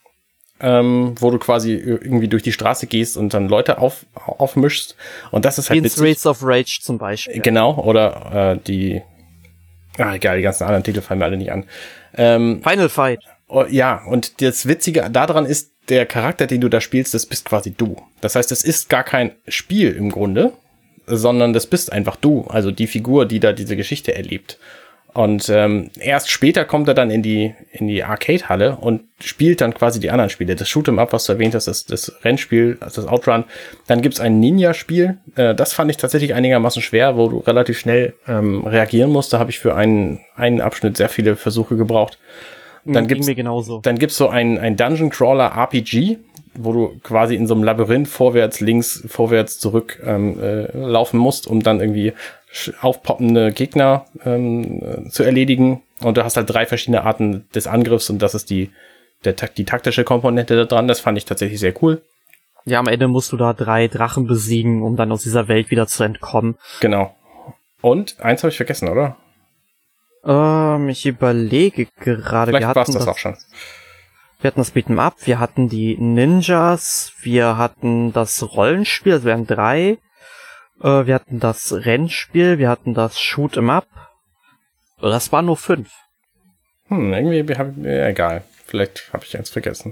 wo du quasi irgendwie durch die Straße gehst und dann Leute aufmischst. Und das ist halt witzig. Streets of Rage zum Beispiel. Genau, oder egal, die ganzen anderen Titel fallen mir alle nicht an. Final Fight. Ja, und das Witzige daran ist, der Charakter, den du da spielst, das bist quasi du. Das heißt, es ist gar kein Spiel im Grunde, sondern das bist einfach du, also die Figur, die da diese Geschichte erlebt. Und erst später kommt er dann in die Arcade-Halle und spielt dann quasi die anderen Spiele. Das Shoot'em Up, was du erwähnt hast, das Rennspiel, also das Outrun. Dann gibt's ein Ninja-Spiel. Das fand ich tatsächlich einigermaßen schwer, wo du relativ schnell reagieren musst. Da habe ich für einen Abschnitt sehr viele Versuche gebraucht. Dann gibt's so ein Dungeon Crawler RPG, wo du quasi in so einem Labyrinth vorwärts, links, vorwärts, zurück laufen musst, um dann irgendwie aufpoppende Gegner zu erledigen. Und du hast halt 3 verschiedene Arten des Angriffs und das ist die taktische Komponente da dran. Das fand ich tatsächlich sehr cool. Ja, am Ende musst du da 3 Drachen besiegen, um dann aus dieser Welt wieder zu entkommen. Genau. Und eins habe ich vergessen, oder? Ich überlege gerade. Vielleicht war es das auch schon. Wir hatten das Beat'em Up, wir hatten die Ninjas, wir hatten das Rollenspiel, das wären 3. Wir hatten das Rennspiel, wir hatten das Shoot'em Up. Das waren nur 5. Irgendwie egal. Vielleicht habe ich eins vergessen.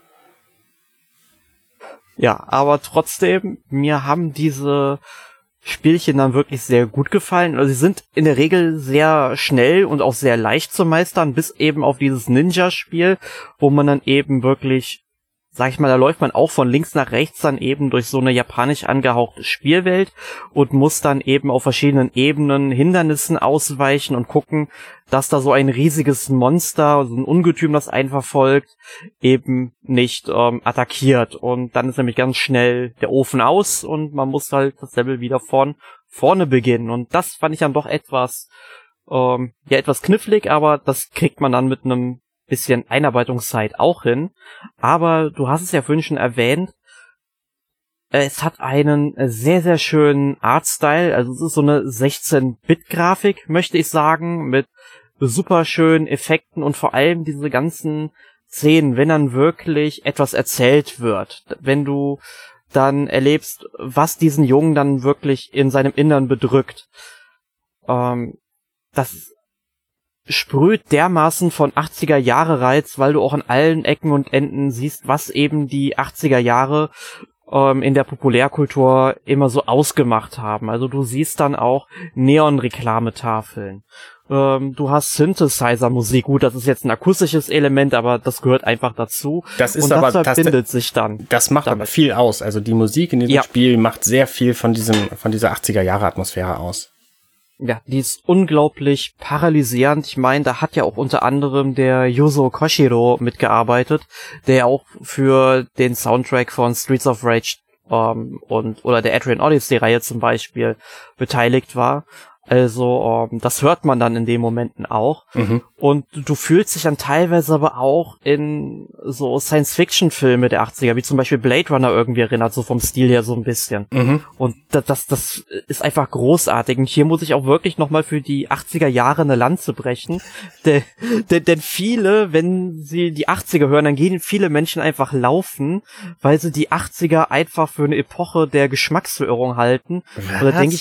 Ja, aber trotzdem, mir haben diese Spielchen dann wirklich sehr gut gefallen. Also sie sind in der Regel sehr schnell und auch sehr leicht zu meistern, bis eben auf dieses Ninja-Spiel, wo man dann eben wirklich, sag ich mal, da läuft man auch von links nach rechts dann eben durch so eine japanisch angehauchte Spielwelt und muss dann eben auf verschiedenen Ebenen Hindernissen ausweichen und gucken, dass da so ein riesiges Monster, so ein Ungetüm, das einen verfolgt, eben nicht attackiert. Und dann ist nämlich ganz schnell der Ofen aus und man muss halt das Level wieder von vorne beginnen. Und das fand ich dann doch etwas knifflig, aber das kriegt man dann mit einem bisschen Einarbeitungszeit auch hin. Aber du hast es ja vorhin schon erwähnt, es hat einen sehr, sehr schönen Artstyle. Also es ist so eine 16-Bit-Grafik, möchte ich sagen, mit super schönen Effekten und vor allem diese ganzen Szenen, wenn dann wirklich etwas erzählt wird. Wenn du dann erlebst, was diesen Jungen dann wirklich in seinem Innern bedrückt. Das sprüht dermaßen von 80er-Jahre-Reiz, weil du auch an allen Ecken und Enden siehst, was eben die 80er Jahre in der Populärkultur immer so ausgemacht haben. Also du siehst dann auch Neon-Reklametafeln. Du hast Synthesizer-Musik. Gut, das ist jetzt ein akustisches Element, aber das gehört einfach dazu. Das ist und aber, das verbindet sich dann. Das macht aber viel aus. Also die Musik in diesem Spiel macht sehr viel von dieser 80er-Jahre-Atmosphäre aus. Ja, die ist unglaublich paralysierend. Ich meine, da hat ja auch unter anderem der Yuzo Koshiro mitgearbeitet, der auch für den Soundtrack von Streets of Rage oder der Adrian Odyssey-Reihe zum Beispiel beteiligt war. Also das hört man dann in den Momenten auch. Mhm. Und du fühlst dich dann teilweise aber auch in so Science-Fiction-Filme der 80er, wie zum Beispiel Blade Runner irgendwie erinnert, so vom Stil her so ein bisschen. Mhm. Und das ist einfach großartig. Und hier muss ich auch wirklich nochmal für die 80er Jahre eine Lanze brechen. Denn viele, wenn sie die 80er hören, dann gehen viele Menschen einfach laufen, weil sie die 80er einfach für eine Epoche der Geschmacksverirrung halten. Was? Und da denke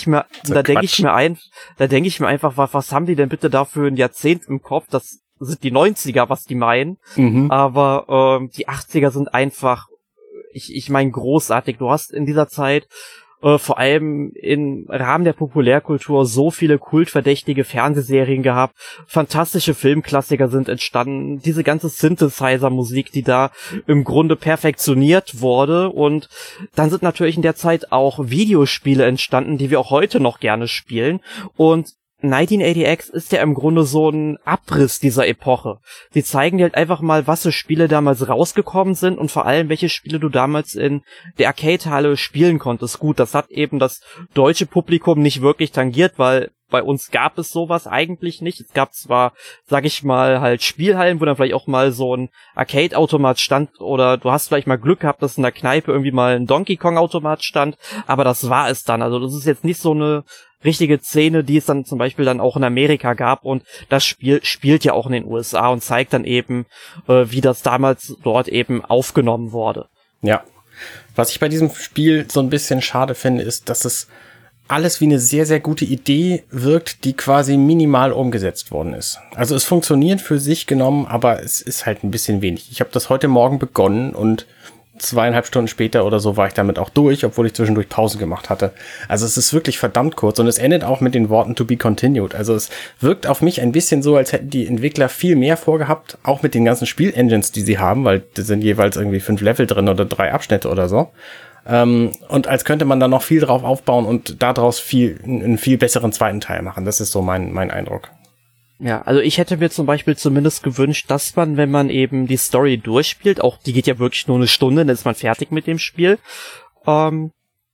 ich mir einfach, was haben die denn bitte da für ein Jahrzehnt im Kopf? Das sind die 90er, was die meinen. Mhm. Aber die 80er sind einfach, ich meine, großartig. Du hast in dieser Zeit vor allem im Rahmen der Populärkultur so viele kultverdächtige Fernsehserien gehabt. Fantastische Filmklassiker sind entstanden. Diese ganze Synthesizer-Musik, die da im Grunde perfektioniert wurde. Und dann sind natürlich in der Zeit auch Videospiele entstanden, die wir auch heute noch gerne spielen. Und 1980X ist ja im Grunde so ein Abriss dieser Epoche. Die zeigen dir halt einfach mal, was für Spiele damals rausgekommen sind und vor allem, welche Spiele du damals in der Arcade-Halle spielen konntest. Gut, das hat eben das deutsche Publikum nicht wirklich tangiert, weil bei uns gab es sowas eigentlich nicht. Es gab zwar, sag ich mal, halt Spielhallen, wo dann vielleicht auch mal so ein Arcade-Automat stand oder du hast vielleicht mal Glück gehabt, dass in der Kneipe irgendwie mal ein Donkey Kong-Automat stand, aber das war es dann. Also das ist jetzt nicht so eine richtige Szene, die es dann zum Beispiel dann auch in Amerika gab und das Spiel spielt ja auch in den USA und zeigt dann eben, wie das damals dort eben aufgenommen wurde. Ja, was ich bei diesem Spiel so ein bisschen schade finde, ist, dass es alles wie eine sehr, sehr gute Idee wirkt, die quasi minimal umgesetzt worden ist. Also es funktioniert für sich genommen, aber es ist halt ein bisschen wenig. Ich habe das heute Morgen begonnen und 2,5 Stunden später oder so war ich damit auch durch, obwohl ich zwischendurch Pause gemacht hatte. Also es ist wirklich verdammt kurz und es endet auch mit den Worten to be continued. Also es wirkt auf mich ein bisschen so, als hätten die Entwickler viel mehr vorgehabt, auch mit den ganzen Spielengines, die sie haben, weil da sind jeweils irgendwie 5 Level drin oder 3 Abschnitte oder so. Und als könnte man da noch viel drauf aufbauen und daraus einen viel besseren zweiten Teil machen. Das ist so mein Eindruck. Ja, also ich hätte mir zum Beispiel zumindest gewünscht, dass man, wenn man eben die Story durchspielt, auch die geht ja wirklich nur eine Stunde, dann ist man fertig mit dem Spiel, dass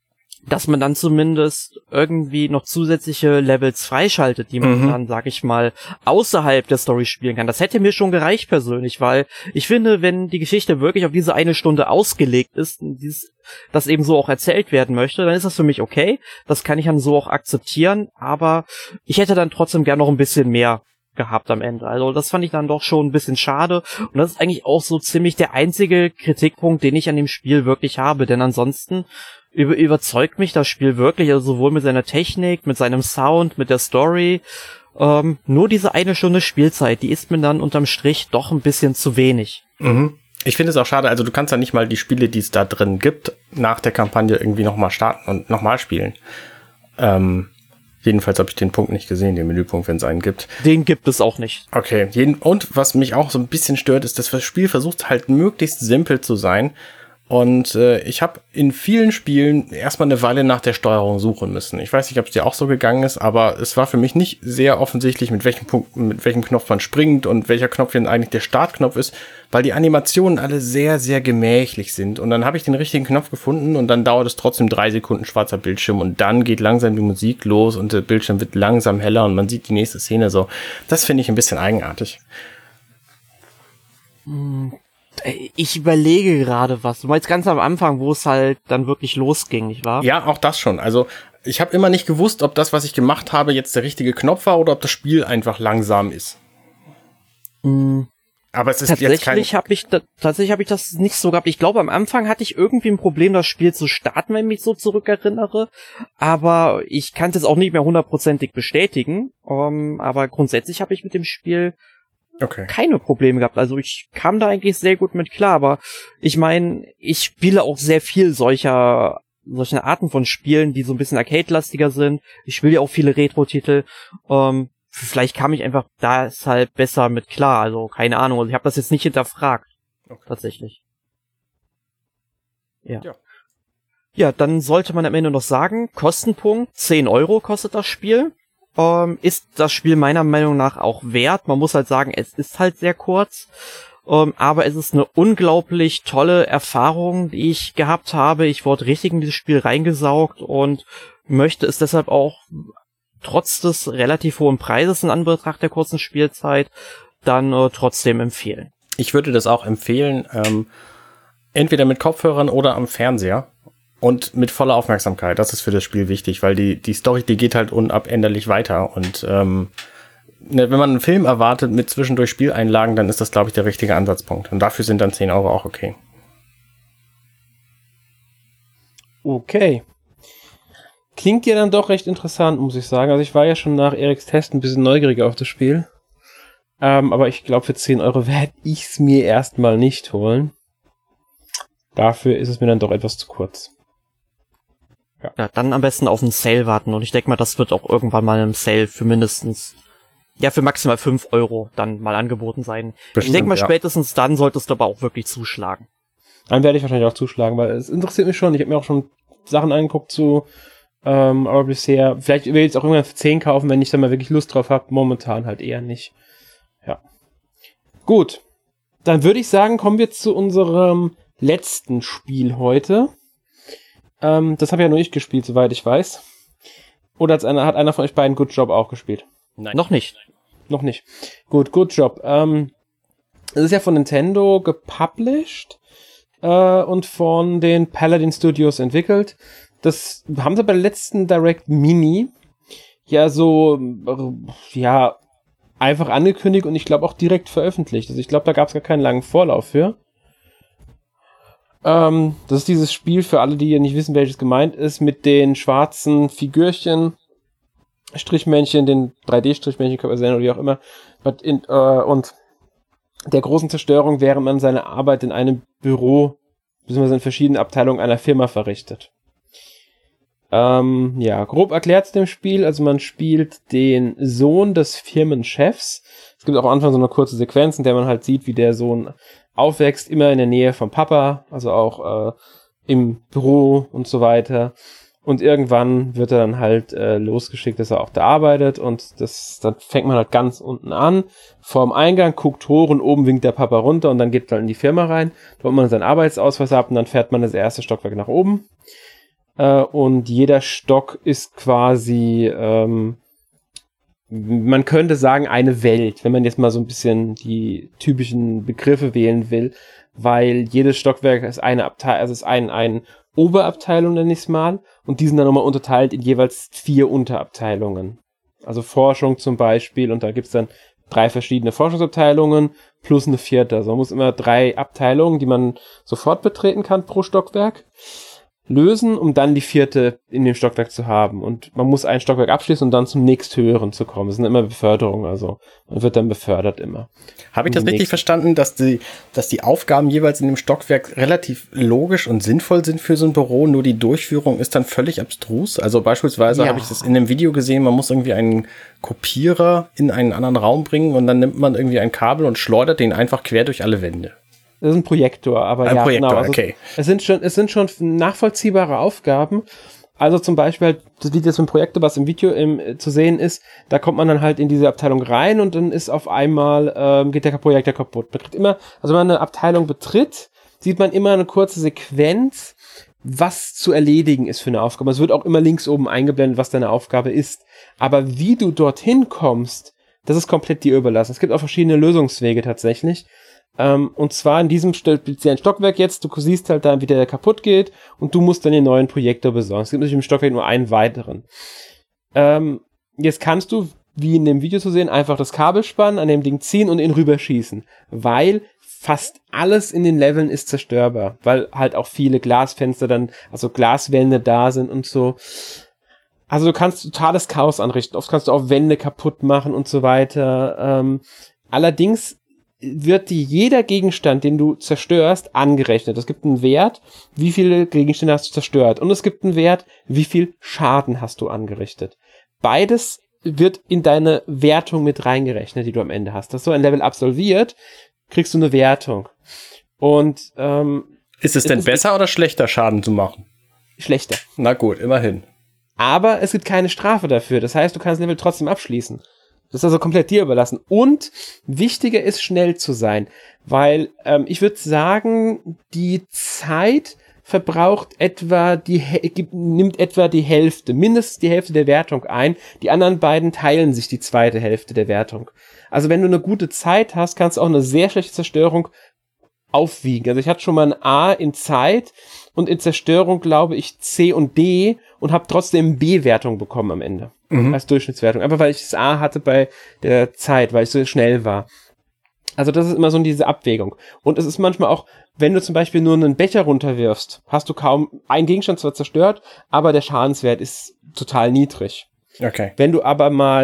dass man dann zumindest irgendwie noch zusätzliche Levels freischaltet, die man dann, sag ich mal, außerhalb der Story spielen kann. Das hätte mir schon gereicht persönlich, weil ich finde, wenn die Geschichte wirklich auf diese 1 Stunde ausgelegt ist, das eben so auch erzählt werden möchte, dann ist das für mich okay. Das kann ich dann so auch akzeptieren, aber ich hätte dann trotzdem gern noch ein bisschen mehr gehabt am Ende. Also das fand ich dann doch schon ein bisschen schade und das ist eigentlich auch so ziemlich der einzige Kritikpunkt, den ich an dem Spiel wirklich habe, denn ansonsten überzeugt mich das Spiel wirklich, also sowohl mit seiner Technik, mit seinem Sound, mit der Story, nur diese 1 Stunde Spielzeit, die ist mir dann unterm Strich doch ein bisschen zu wenig. Ich finde es auch schade, also du kannst ja nicht mal die Spiele, die es da drin gibt, nach der Kampagne irgendwie nochmal starten und nochmal spielen. Jedenfalls habe ich den Punkt nicht gesehen, den Menüpunkt, wenn es einen gibt. Den gibt es auch nicht. Okay, und was mich auch so ein bisschen stört, ist, dass das Spiel versucht halt möglichst simpel zu sein. Und ich habe in vielen Spielen erstmal eine Weile nach der Steuerung suchen müssen. Ich weiß nicht, ob es dir auch so gegangen ist, aber es war für mich nicht sehr offensichtlich, mit welchem Knopf man springt und welcher Knopf denn eigentlich der Startknopf ist, weil die Animationen alle sehr, sehr gemächlich sind. Und dann habe ich den richtigen Knopf gefunden und dann dauert es trotzdem 3 Sekunden schwarzer Bildschirm und dann geht langsam die Musik los und der Bildschirm wird langsam heller und man sieht die nächste Szene so. Das finde ich ein bisschen eigenartig. Ich überlege gerade was. Du meinst ganz am Anfang, wo es halt dann wirklich losging, nicht wahr? Ja, auch das schon. Also ich habe immer nicht gewusst, ob das, was ich gemacht habe, jetzt der richtige Knopf war oder ob das Spiel einfach langsam ist. Aber es ist jetzt kein... Tatsächlich habe ich das nicht so gehabt. Ich glaube, am Anfang hatte ich irgendwie ein Problem, das Spiel zu starten, wenn ich mich so zurückerinnere. Aber ich kann es jetzt auch nicht mehr 100%ig bestätigen. Aber grundsätzlich habe ich mit dem Spiel keine Probleme gehabt. Also ich kam da eigentlich sehr gut mit klar, aber ich meine, ich spiele auch sehr viel solcher Arten von Spielen, die so ein bisschen arcade-lastiger sind. Ich spiele ja auch viele Retro-Titel. Vielleicht kam ich einfach deshalb besser mit klar. Also keine Ahnung. Also ich habe das jetzt nicht hinterfragt. Tatsächlich. Ja, dann sollte man am Ende noch sagen, Kostenpunkt 10 € kostet das Spiel. Ist das Spiel meiner Meinung nach auch wert. Man muss halt sagen, es ist halt sehr kurz, aber es ist eine unglaublich tolle Erfahrung, die ich gehabt habe. Ich wurde richtig in dieses Spiel reingesaugt und möchte es deshalb auch trotz des relativ hohen Preises in Anbetracht der kurzen Spielzeit dann trotzdem empfehlen. Ich würde das auch empfehlen, entweder mit Kopfhörern oder am Fernseher. Und mit voller Aufmerksamkeit, das ist für das Spiel wichtig, weil die Story, die geht halt unabänderlich weiter. Und wenn man einen Film erwartet mit zwischendurch Spieleinlagen, dann ist das, glaube ich, der richtige Ansatzpunkt. Und dafür sind dann 10 € auch okay. Okay. Klingt ja dann doch recht interessant, muss ich sagen. Also ich war ja schon nach Eriks Test ein bisschen neugieriger auf das Spiel. Aber ich glaube, für 10 € werde ich es mir erstmal nicht holen. Dafür ist es mir dann doch etwas zu kurz. Ja, dann am besten auf einen Sale warten und ich denke mal, das wird auch irgendwann mal im Sale für für maximal 5 € dann mal angeboten sein. Bestimmt, ich denke mal, spätestens dann solltest du aber auch wirklich zuschlagen. Dann werde ich wahrscheinlich auch zuschlagen, weil es interessiert mich schon. Ich habe mir auch schon Sachen angeguckt aber bisher, vielleicht will ich jetzt auch irgendwann für 10 kaufen, wenn ich da mal wirklich Lust drauf habe. Momentan halt eher nicht. Ja. Gut. Dann würde ich sagen, kommen wir zu unserem letzten Spiel heute. Das habe ich ja noch nicht gespielt, soweit ich weiß. Oder hat einer von euch beiden Good Job auch gespielt? Nein. Noch nicht. Noch nicht. Gut, Good Job. Es ist ja von Nintendo gepublished und von den Paladin Studios entwickelt. Das haben sie bei der letzten Direct Mini einfach angekündigt und ich glaube auch direkt veröffentlicht. Also ich glaube, da gab es gar keinen langen Vorlauf für. Das ist dieses Spiel für alle, die nicht wissen, welches gemeint ist, mit den schwarzen Figürchen, Strichmännchen, den 3D-Strichmännchen, kann man sehen oder wie auch immer, und der großen Zerstörung, während man seine Arbeit in einem Büro, beziehungsweise in verschiedenen Abteilungen einer Firma verrichtet. Grob erklärt zu dem Spiel, also man spielt den Sohn des Firmenchefs. Es gibt auch am Anfang so eine kurze Sequenz, in der man halt sieht, wie der Sohn aufwächst, immer in der Nähe vom Papa, also auch im Büro und so weiter. Und irgendwann wird er dann halt losgeschickt, dass er auch da arbeitet und dann fängt man halt ganz unten an. Vorm Eingang guckt hoch und oben winkt der Papa runter und dann geht man in die Firma rein, da holt man seinen Arbeitsausweis ab und dann fährt man das erste Stockwerk nach oben. und jeder Stock ist quasi, man könnte sagen, eine Welt, wenn man jetzt mal so ein bisschen die typischen Begriffe wählen will, weil jedes Stockwerk ist eine Abteilung, also ist ein Oberabteilung, nenne ich es mal, und die sind dann nochmal unterteilt in jeweils 4 Unterabteilungen. Also Forschung zum Beispiel, und da gibt's dann 3 verschiedene Forschungsabteilungen plus eine 4. Also man muss immer 3 Abteilungen, die man sofort betreten kann pro Stockwerk, lösen, um dann die 4. in dem Stockwerk zu haben. Und man muss ein Stockwerk abschließen, um dann zum nächsthöheren zu kommen. Das sind immer Beförderungen, also man wird dann befördert immer. Habe ich das richtig verstanden, dass die Aufgaben jeweils in dem Stockwerk relativ logisch und sinnvoll sind für so ein Büro, nur die Durchführung ist dann völlig abstrus? Also beispielsweise habe ich das in einem Video gesehen, man muss irgendwie einen Kopierer in einen anderen Raum bringen und dann nimmt man irgendwie ein Kabel und schleudert den einfach quer durch alle Wände. Das ist ein Projektor, aber ein Projektor, genau. Also okay. Es sind schon nachvollziehbare Aufgaben. Also zum Beispiel halt, wie das mit dem Projektor, was im Video zu sehen ist, da kommt man dann halt in diese Abteilung rein und dann ist auf einmal, geht der Projektor kaputt. Man kriegt immer, also wenn man eine Abteilung betritt, sieht man immer eine kurze Sequenz, was zu erledigen ist für eine Aufgabe. Es wird auch immer links oben eingeblendet, was deine Aufgabe ist. Aber wie du dorthin kommst, das ist komplett dir überlassen. Es gibt auch verschiedene Lösungswege tatsächlich. Und zwar in diesem speziellen Stockwerk jetzt, du siehst halt dann, wie der kaputt geht und du musst dann den neuen Projektor besorgen. Es gibt natürlich im Stockwerk nur einen weiteren. Jetzt kannst du, wie in dem Video zu sehen, einfach das Kabel spannen, an dem Ding ziehen und ihn rüberschießen, weil fast alles in den Leveln ist zerstörbar, weil halt auch viele Glasfenster dann, also Glaswände da sind und so. Also du kannst totales Chaos anrichten, oft kannst du auch Wände kaputt machen und so weiter. Allerdings wird dir jeder Gegenstand, den du zerstörst, angerechnet. Es gibt einen Wert, wie viele Gegenstände hast du zerstört. Und es gibt einen Wert, wie viel Schaden hast du angerichtet. Beides wird in deine Wertung mit reingerechnet, die du am Ende hast. Dass so ein Level absolviert, kriegst du eine Wertung. Und ist es denn besser oder schlechter, Schaden zu machen? Schlechter. Na gut, immerhin. Aber es gibt keine Strafe dafür. Das heißt, du kannst das Level trotzdem abschließen. Das ist also komplett dir überlassen. Und wichtiger ist, schnell zu sein. Weil ich würde sagen, die Zeit verbraucht nimmt etwa die Hälfte, mindestens die Hälfte der Wertung ein. Die anderen beiden teilen sich die zweite Hälfte der Wertung. Also wenn du eine gute Zeit hast, kannst du auch eine sehr schlechte Zerstörung aufwiegen. Also ich hatte schon mal ein A in Zeit und in Zerstörung, glaube ich, C und D und habe trotzdem B-Wertung bekommen am Ende. Als Durchschnittswertung. Einfach weil ich das A hatte bei der Zeit, weil ich so schnell war. Also das ist immer so diese Abwägung. Und es ist manchmal auch, wenn du zum Beispiel nur einen Becher runterwirfst, hast du kaum einen Gegenstand zwar zerstört, aber der Schadenswert ist total niedrig. Okay. Wenn du aber mal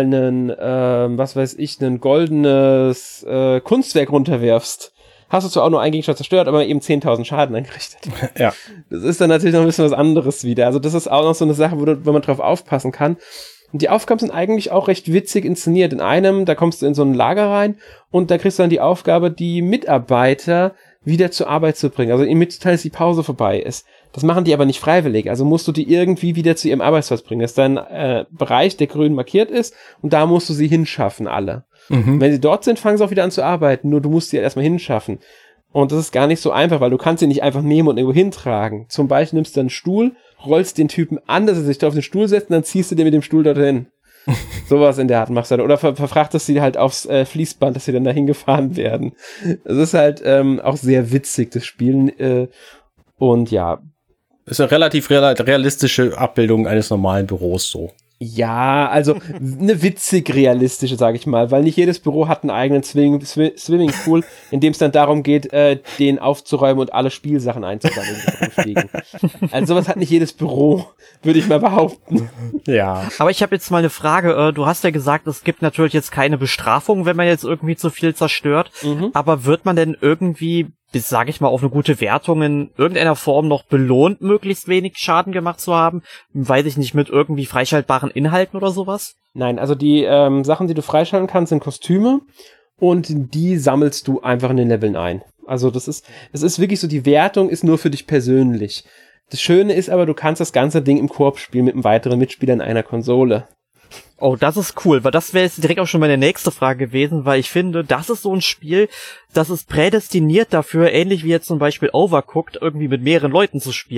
ein goldenes Kunstwerk runterwirfst, hast du zwar auch nur einen Gegenstand zerstört, aber eben 10.000 Schaden angerichtet. Ja. Das ist dann natürlich noch ein bisschen was anderes wieder. Also das ist auch noch so eine Sache, wo man drauf aufpassen kann. Und die Aufgaben sind eigentlich auch recht witzig inszeniert. In einem, da kommst du in so ein Lager rein und da kriegst du dann die Aufgabe, die Mitarbeiter wieder zur Arbeit zu bringen. Also ihnen mitzuteilen, dass die Pause vorbei ist. Das machen die aber nicht freiwillig. Also musst du die irgendwie wieder zu ihrem Arbeitsplatz bringen. Das ist ein Bereich, der grün markiert ist und da musst du sie hinschaffen, alle. Wenn sie dort sind, fangen sie auch wieder an zu arbeiten. Nur du musst sie erstmal hinschaffen. Und das ist gar nicht so einfach, weil du kannst sie nicht einfach nehmen und irgendwo hintragen. Zum Beispiel nimmst du einen Stuhl, rollst den Typen an, dass er sich da auf den Stuhl setzt und dann ziehst du den mit dem Stuhl dorthin. Sowas in der Art machst du dann. Oder verfrachtest sie halt aufs Fließband, dass sie dann dahin gefahren werden. Das ist halt auch sehr witzig, das Spielen. Und ja. Ist eine relativ realistische Abbildung eines normalen Büros so. Ja, also eine witzig realistische, sage ich mal, weil nicht jedes Büro hat einen eigenen Swimmingpool, in dem es dann darum geht, den aufzuräumen und alle Spielsachen einzusammeln, die rumfliegen. Also sowas hat nicht jedes Büro, würde ich mal behaupten. Ja. Aber ich habe jetzt mal eine Frage. Du hast ja gesagt, es gibt natürlich jetzt keine Bestrafung, wenn man jetzt irgendwie zu viel zerstört. Aber wird man denn irgendwie, sage ich mal, auf eine gute Wertung in irgendeiner Form noch belohnt, möglichst wenig Schaden gemacht zu haben? Weiß ich nicht, mit irgendwie freischaltbaren Inhalten oder sowas? Nein, also die Sachen, die du freischalten kannst, sind Kostüme und die sammelst du einfach in den Leveln ein. Also das ist wirklich so, die Wertung ist nur für dich persönlich. Das Schöne ist aber, du kannst das ganze Ding im Koop spielen mit einem weiteren Mitspieler in einer Konsole. Oh, das ist cool, weil das wäre jetzt direkt auch schon meine nächste Frage gewesen, weil ich finde, das ist so ein Spiel, das ist prädestiniert dafür, ähnlich wie jetzt zum Beispiel Overcooked, irgendwie mit mehreren Leuten zu spielen.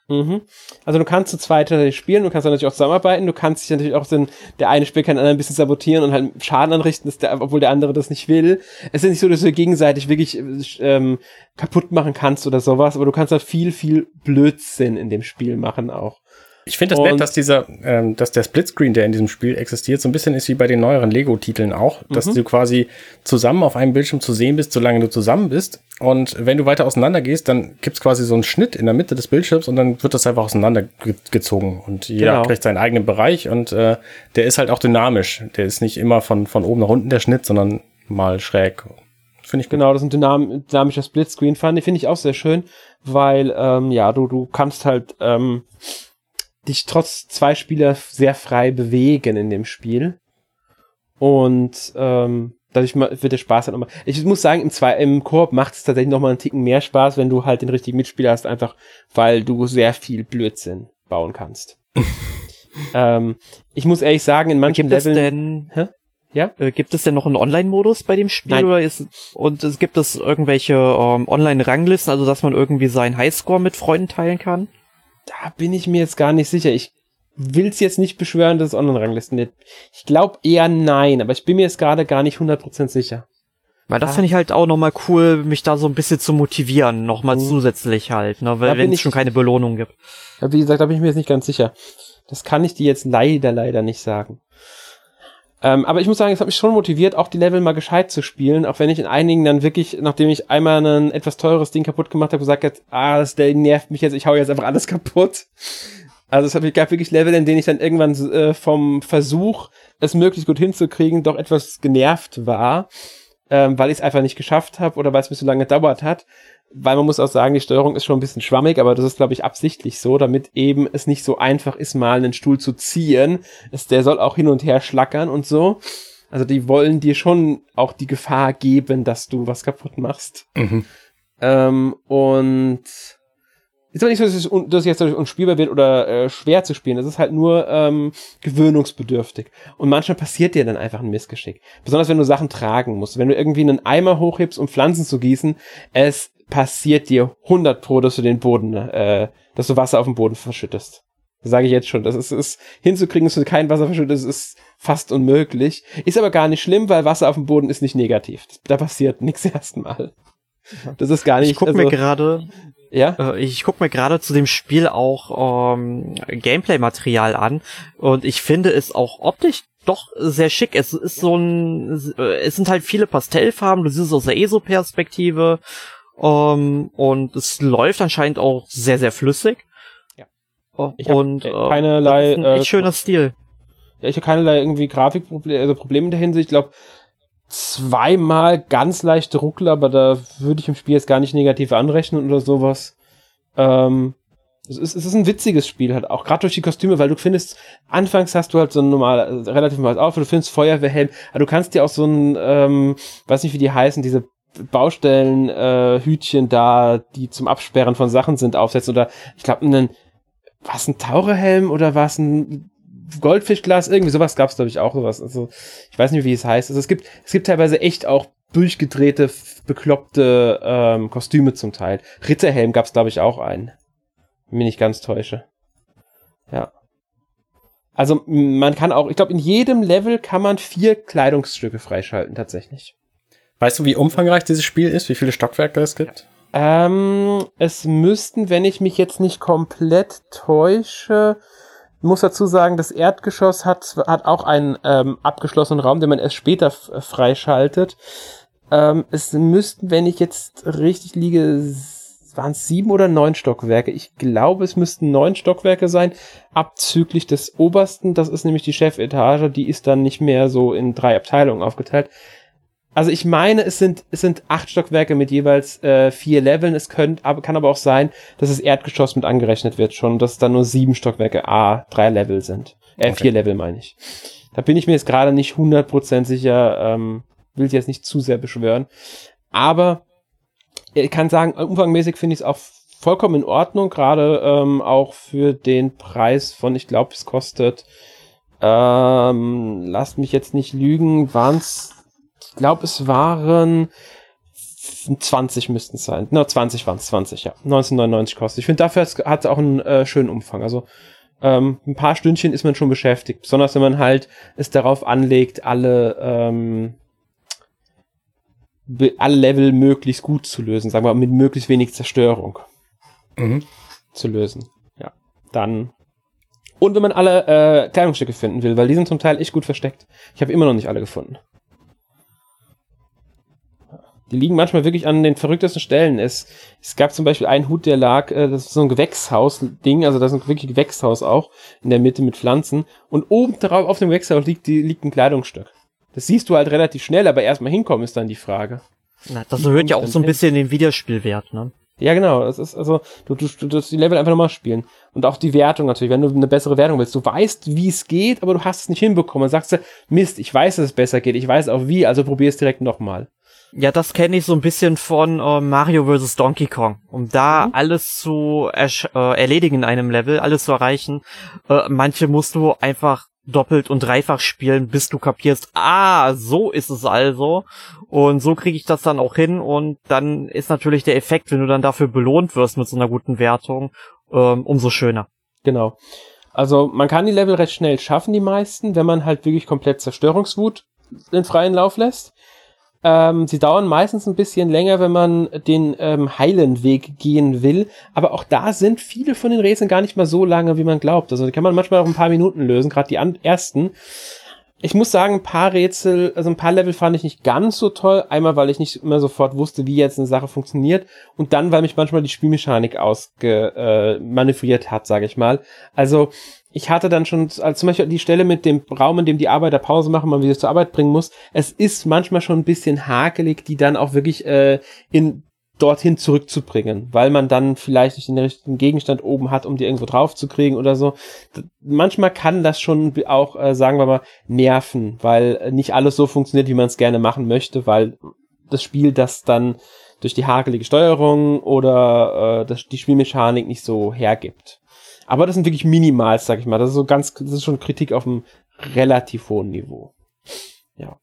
Also du kannst zu zweit spielen, du kannst natürlich auch zusammenarbeiten, du kannst dich natürlich auch der eine Spiel kann den anderen ein bisschen sabotieren und halt Schaden anrichten, obwohl der andere das nicht will. Es ist nicht so, dass du gegenseitig wirklich kaputt machen kannst oder sowas, aber du kannst halt viel, viel Blödsinn in dem Spiel machen auch. Ich finde das nett, dass der Splitscreen, der in diesem Spiel existiert, so ein bisschen ist wie bei den neueren Lego-Titeln auch, dass du quasi zusammen auf einem Bildschirm zu sehen bist, solange du zusammen bist. Und wenn du weiter auseinander gehst, dann gibt's quasi so einen Schnitt in der Mitte des Bildschirms und dann wird das einfach auseinandergezogen. Und jeder kriegt seinen eigenen Bereich und der ist halt auch dynamisch. Der ist nicht immer von oben nach unten der Schnitt, sondern mal schräg. Finde ich gut. Genau, das ist ein dynamischer Splitscreen, finde ich auch sehr schön, weil du kannst halt dich trotz zwei Spieler sehr frei bewegen in dem Spiel. Und dadurch wird der Spaß halt nochmal. Ich muss sagen, im Koop macht es tatsächlich nochmal einen Ticken mehr Spaß, wenn du halt den richtigen Mitspieler hast, einfach weil du sehr viel Blödsinn bauen kannst. Ich muss ehrlich sagen, in manchen Leveln... Gibt es denn noch einen Online-Modus bei dem Spiel? Nein. Oder gibt es irgendwelche Online-Ranglisten, also dass man irgendwie seinen Highscore mit Freunden teilen kann? Da bin ich mir jetzt gar nicht sicher. Ich will es jetzt nicht beschwören, dass es Online-Ranglisten gibt. Ich glaube eher nein, aber ich bin mir jetzt gerade gar nicht 100% sicher. Weil das finde ich halt auch nochmal cool, mich da so ein bisschen zu motivieren, nochmal zusätzlich halt, ne, weil wenn es schon keine Belohnung gibt. Ja, wie gesagt, da bin ich mir jetzt nicht ganz sicher. Das kann ich dir jetzt leider nicht sagen. Aber ich muss sagen, es hat mich schon motiviert, auch die Level mal gescheit zu spielen, auch wenn ich in einigen dann wirklich, nachdem ich einmal ein etwas teures Ding kaputt gemacht habe, gesagt habe, der nervt mich jetzt, ich hau jetzt einfach alles kaputt. Also es gab wirklich Level, in denen ich dann irgendwann vom Versuch, es möglichst gut hinzukriegen, doch etwas genervt war, weil ich es einfach nicht geschafft habe oder weil es mir so lange gedauert hat. Weil man muss auch sagen, die Steuerung ist schon ein bisschen schwammig, aber das ist, glaube ich, absichtlich so, damit eben es nicht so einfach ist, mal einen Stuhl zu ziehen. Der soll auch hin und her schlackern und so. Also die wollen dir schon auch die Gefahr geben, dass du was kaputt machst. Und ist aber nicht so, dass es jetzt unspielbar wird oder schwer zu spielen. Das ist halt nur gewöhnungsbedürftig. Und manchmal passiert dir dann einfach ein Missgeschick. Besonders wenn du Sachen tragen musst. Wenn du irgendwie einen Eimer hochhebst, um Pflanzen zu gießen, es passiert dir 100%, dass du den Boden, dass du Wasser auf dem Boden verschüttest. Das sage ich jetzt schon. Das ist hinzukriegen, dass du kein Wasser verschüttest, ist fast unmöglich. Ist aber gar nicht schlimm, weil Wasser auf dem Boden ist nicht negativ. Da passiert nichts erstmal. Das ist gar nicht. Ich guck mir gerade zu dem Spiel auch Gameplay-Material an und ich finde es auch optisch doch sehr schick. Es ist es sind halt viele Pastellfarben, du siehst es aus der ESO-Perspektive. Und es läuft anscheinend auch sehr, sehr flüssig. Ja. Ich und keinerlei das ist ein echt schöner Stil. Ja, ich habe keinerlei irgendwie Grafikprobleme, also Probleme in der Hinsicht. Ich glaube, zweimal ganz leichte Ruckler, aber da würde ich im Spiel jetzt gar nicht negativ anrechnen oder sowas. Es ist ein witziges Spiel halt auch, gerade durch die Kostüme, weil du findest, anfangs hast du halt so ein relativ normales Outfit, du findest Feuerwehrhelm, aber du kannst dir auch so ein, weiß nicht wie die heißen, diese Baustellen, Hütchen da, die zum Absperren von Sachen sind, aufsetzen oder ich glaube war es ein Taucherhelm oder war es ein Goldfischglas, irgendwie sowas gab es glaube ich auch sowas, also ich weiß nicht wie es heißt, also es gibt teilweise echt auch durchgedrehte, bekloppte Kostüme zum Teil. Ritterhelm gab es glaube ich auch einen, wenn mich nicht ganz täusche. Ja. Also man kann auch, ich glaube in jedem Level kann man 4 Kleidungsstücke freischalten tatsächlich. Weißt du, wie umfangreich dieses Spiel ist? Wie viele Stockwerke es gibt? Es müssten, wenn ich mich jetzt nicht komplett täusche, muss dazu sagen, das Erdgeschoss hat auch einen abgeschlossenen Raum, den man erst später freischaltet. Es müssten, wenn ich jetzt richtig liege, waren es 7 oder 9 Stockwerke. Ich glaube, es müssten 9 Stockwerke sein, abzüglich des obersten. Das ist nämlich die Chefetage, die ist dann nicht mehr so in 3 Abteilungen aufgeteilt. Also ich meine, es sind 8 Stockwerke mit jeweils 4 Leveln. Es kann aber auch sein, dass das Erdgeschoss mit angerechnet wird schon, dass es dann nur 7 Stockwerke 3 Level sind. 4 Level meine ich. Da bin ich mir jetzt gerade nicht 100% sicher, will ich jetzt nicht zu sehr beschwören. Aber ich kann sagen, umfangmäßig finde ich es auch vollkommen in Ordnung, gerade auch für den Preis von, ich glaube, es kostet, lasst mich jetzt nicht lügen, ich glaube, es waren 20 müssten es sein. 20 waren es, 20, ja. 19,99 kostet. Ich finde, dafür hat es auch einen schönen Umfang. Also ein paar Stündchen ist man schon beschäftigt. Besonders wenn man halt es darauf anlegt, alle Level möglichst gut zu lösen. Sagen wir mal, mit möglichst wenig Zerstörung zu lösen. Ja, dann... Und wenn man alle Kleidungsstücke finden will, weil die sind zum Teil echt gut versteckt. Ich habe immer noch nicht alle gefunden. Die liegen manchmal wirklich an den verrücktesten Stellen. Es gab zum Beispiel einen Hut, der lag, das ist so ein Gewächshaus-Ding, also das ist wirklich ein Gewächshaus auch, in der Mitte mit Pflanzen. Und oben drauf auf dem Gewächshaus liegt ein Kleidungsstück. Das siehst du halt relativ schnell, aber erstmal hinkommen ist dann die Frage. Na, das erhöht ja auch so ein bisschen den Wiederspielwert, ne? Ja, genau. Das ist also, du die Level einfach nochmal spielen. Und auch die Wertung natürlich, wenn du eine bessere Wertung willst. Du weißt, wie es geht, aber du hast es nicht hinbekommen. Dann sagst du, Mist, ich weiß, dass es besser geht. Ich weiß auch wie, also probier es direkt nochmal. Ja, das kenne ich so ein bisschen von Mario vs. Donkey Kong. Um da alles zu erledigen in einem Level, alles zu erreichen, manche musst du einfach doppelt und dreifach spielen, bis du kapierst, so ist es also. Und so kriege ich das dann auch hin. Und dann ist natürlich der Effekt, wenn du dann dafür belohnt wirst mit so einer guten Wertung, umso schöner. Genau. Also man kann die Level recht schnell schaffen, die meisten, wenn man halt wirklich komplett Zerstörungswut den freien Lauf lässt. Sie dauern meistens ein bisschen länger, wenn man den heilen Weg gehen will, aber auch da sind viele von den Rätseln gar nicht mal so lange, wie man glaubt. Also die kann man manchmal auch ein paar Minuten lösen, gerade die ersten. Ich muss sagen, ein paar Level fand ich nicht ganz so toll. Einmal, weil ich nicht immer sofort wusste, wie jetzt eine Sache funktioniert, und dann, weil mich manchmal die Spielmechanik manövriert hat, sage ich mal. Also ich hatte dann schon, also zum Beispiel die Stelle mit dem Raum, in dem die Arbeiter Pause machen, man wieder zur Arbeit bringen muss. Es ist manchmal schon ein bisschen hakelig, die dann auch wirklich dorthin zurückzubringen, weil man dann vielleicht nicht den richtigen Gegenstand oben hat, um die irgendwo drauf zu kriegen oder so. Manchmal kann das schon auch, sagen wir mal, nerven, weil nicht alles so funktioniert, wie man es gerne machen möchte, weil das Spiel das dann durch die hakelige Steuerung oder die Spielmechanik nicht so hergibt. Aber das sind wirklich Minimals, sag ich mal. Das ist schon Kritik auf einem relativ hohen Niveau. Ja.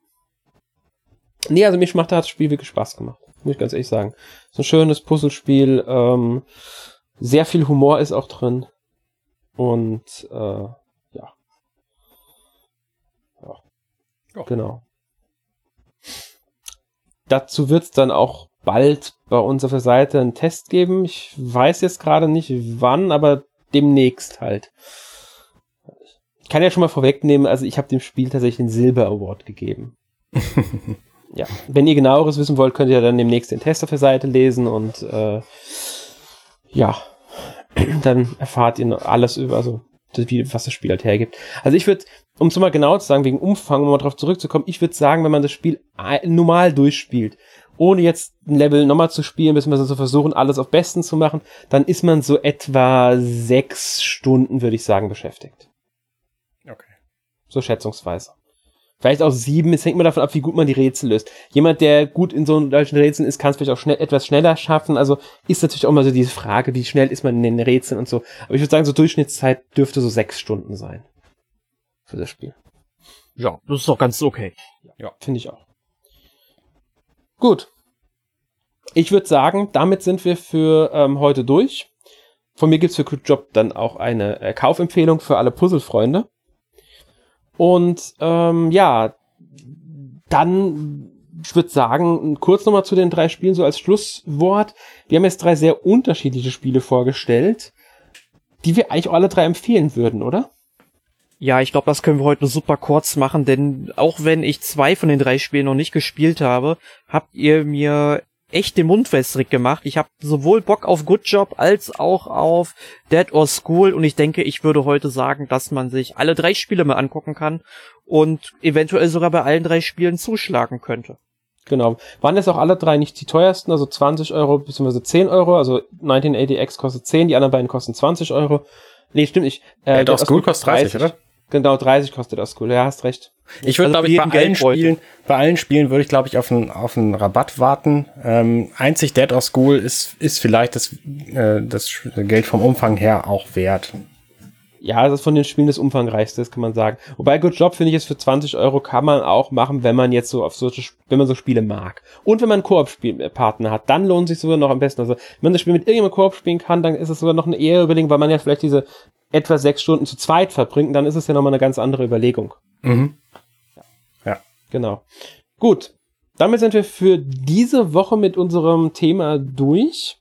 Nee, also mir hat das Spiel wirklich Spaß gemacht. Muss ich ganz ehrlich sagen. So ein schönes Puzzlespiel. Sehr viel Humor ist auch drin. Und ja. Genau. Dazu wird es dann auch bald bei uns auf der Seite einen Test geben. Ich weiß jetzt gerade nicht wann, aber demnächst halt. Ich kann ja schon mal vorwegnehmen, also ich habe dem Spiel tatsächlich den Silber Award gegeben. Ja, wenn ihr genaueres wissen wollt, könnt ihr dann demnächst den Test auf der Seite lesen und ja, dann erfahrt ihr alles über, also was das Spiel halt hergibt. Also ich würde, um es mal genau zu sagen, wegen Umfang, um mal drauf zurückzukommen, ich würde sagen, wenn man das Spiel normal durchspielt, ohne jetzt ein Level nochmal zu spielen, bis man so versuchen, alles auf Besten zu machen, dann ist man so etwa 6 Stunden, würde ich sagen, beschäftigt. Okay. So schätzungsweise. Vielleicht auch 7, es hängt immer davon ab, wie gut man die Rätsel löst. Jemand, der gut in solchen Rätseln ist, kann es vielleicht auch etwas schneller schaffen. Also ist natürlich auch mal so diese Frage, wie schnell ist man in den Rätseln und so. Aber ich würde sagen, so Durchschnittszeit dürfte so 6 Stunden sein. Für das Spiel. Ja, das ist doch ganz okay. Ja, finde ich auch. Gut. Ich würde sagen, damit sind wir für heute durch. Von mir gibt's für Good Job dann auch eine Kaufempfehlung für alle Puzzle-Freunde. Und ja, dann, ich würde sagen, kurz nochmal zu den 3 Spielen, so als Schlusswort. Wir haben jetzt 3 sehr unterschiedliche Spiele vorgestellt, die wir eigentlich auch alle 3 empfehlen würden, oder? Ja, ich glaube, das können wir heute super kurz machen, denn auch wenn ich 2 von den 3 Spielen noch nicht gespielt habe, habt ihr mir echt den Mund wässrig gemacht. Ich habe sowohl Bock auf Good Job als auch auf Dead or School, und ich denke, ich würde heute sagen, dass man sich alle 3 Spiele mal angucken kann und eventuell sogar bei allen 3 Spielen zuschlagen könnte. Genau. Waren jetzt auch alle 3 nicht die teuersten, also 20 Euro bzw. 10 Euro, also 1980X kostet 10, die anderen beiden kosten 20 Euro. Nee, stimmt nicht. Dead or School kostet 30, oder? Genau, 30 kostet das School, ja, hast recht. Ich würde, glaube ich, bei allen Spielen würde ich, glaube ich, auf einen Rabatt warten. Einzig Dead or School ist vielleicht das Geld vom Umfang her auch wert. ja, das ist von den Spielen das umfangreichste, das kann man sagen. Wobei Good Job, finde ich, ist für 20 Euro kann man auch machen, wenn man jetzt so wenn man so Spiele mag. Und wenn man einen Koop-Partner hat, dann lohnt sich sogar noch am besten. Also, wenn man das Spiel mit irgendjemandem Koop spielen kann, dann ist es sogar noch eine eher Überlegung, weil man ja vielleicht diese etwa 6 Stunden zu zweit verbringt, und dann ist es ja nochmal eine ganz andere Überlegung. Mhm. Ja. Genau. Gut. Damit sind wir für diese Woche mit unserem Thema durch.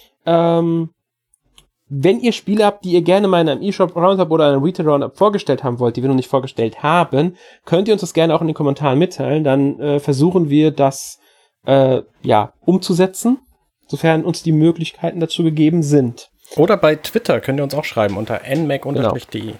Wenn ihr Spiele habt, die ihr gerne mal in einem eShop Roundup oder einem Retail Roundup vorgestellt haben wollt, die wir noch nicht vorgestellt haben, könnt ihr uns das gerne auch in den Kommentaren mitteilen. Dann versuchen wir das umzusetzen, sofern uns die Möglichkeiten dazu gegeben sind. Oder bei Twitter könnt ihr uns auch schreiben unter nmac_de.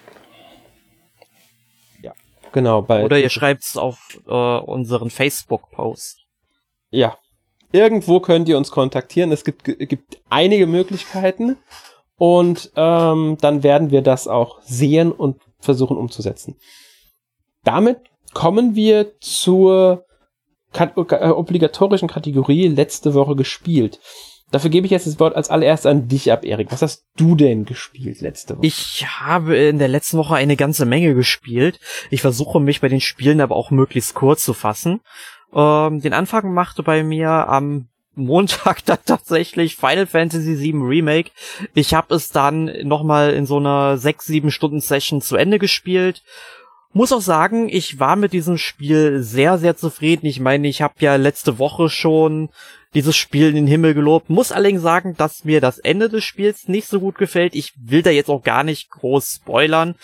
Ja, genau. Oder ihr schreibt es auf unseren Facebook-Post. Ja, irgendwo könnt ihr uns kontaktieren. Es gibt einige Möglichkeiten. Und dann werden wir das auch sehen und versuchen umzusetzen. Damit kommen wir zur obligatorischen Kategorie letzte Woche gespielt. Dafür gebe ich jetzt das Wort als allererst an dich ab, Erik. Was hast du denn gespielt letzte Woche? Ich habe in der letzten Woche eine ganze Menge gespielt. Ich versuche mich bei den Spielen aber auch möglichst kurz zu fassen. Den Anfang machte bei mir am Montag dann tatsächlich Final Fantasy VII Remake. Ich habe es dann nochmal in so einer 6-7 Stunden Session zu Ende gespielt. Muss auch sagen, ich war mit diesem Spiel sehr, sehr zufrieden. Ich meine, ich habe ja letzte Woche schon dieses Spiel in den Himmel gelobt. Muss allerdings sagen, dass mir das Ende des Spiels nicht so gut gefällt. Ich will da jetzt auch gar nicht groß spoilern.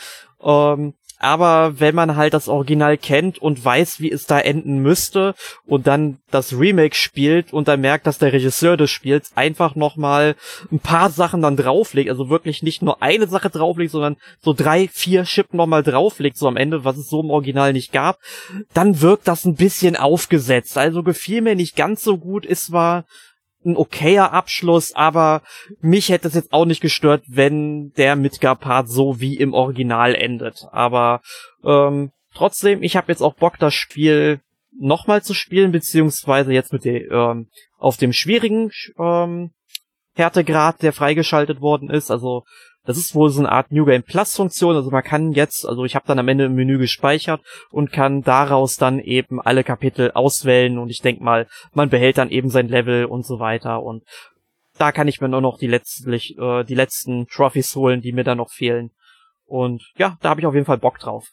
Aber wenn man halt das Original kennt und weiß, wie es da enden müsste und dann das Remake spielt und dann merkt, dass der Regisseur des Spiels einfach nochmal ein paar Sachen dann drauflegt, also wirklich nicht nur eine Sache drauflegt, sondern so 3-4 Schippen nochmal drauflegt, so am Ende, was es so im Original nicht gab, dann wirkt das ein bisschen aufgesetzt. Also gefiel mir nicht ganz so gut, es war ein okayer Abschluss, aber mich hätte es jetzt auch nicht gestört, wenn der Midgar-Part so wie im Original endet. Aber trotzdem, ich habe jetzt auch Bock, das Spiel nochmal zu spielen, beziehungsweise jetzt mit auf dem schwierigen Härtegrad, der freigeschaltet worden ist. Also das ist wohl so eine Art New Game Plus Funktion, also man kann jetzt, also ich habe dann am Ende im Menü gespeichert und kann daraus dann eben alle Kapitel auswählen und ich denke mal, man behält dann eben sein Level und so weiter und da kann ich mir nur noch die letzten Trophies holen, die mir dann noch fehlen und ja, da habe ich auf jeden Fall Bock drauf.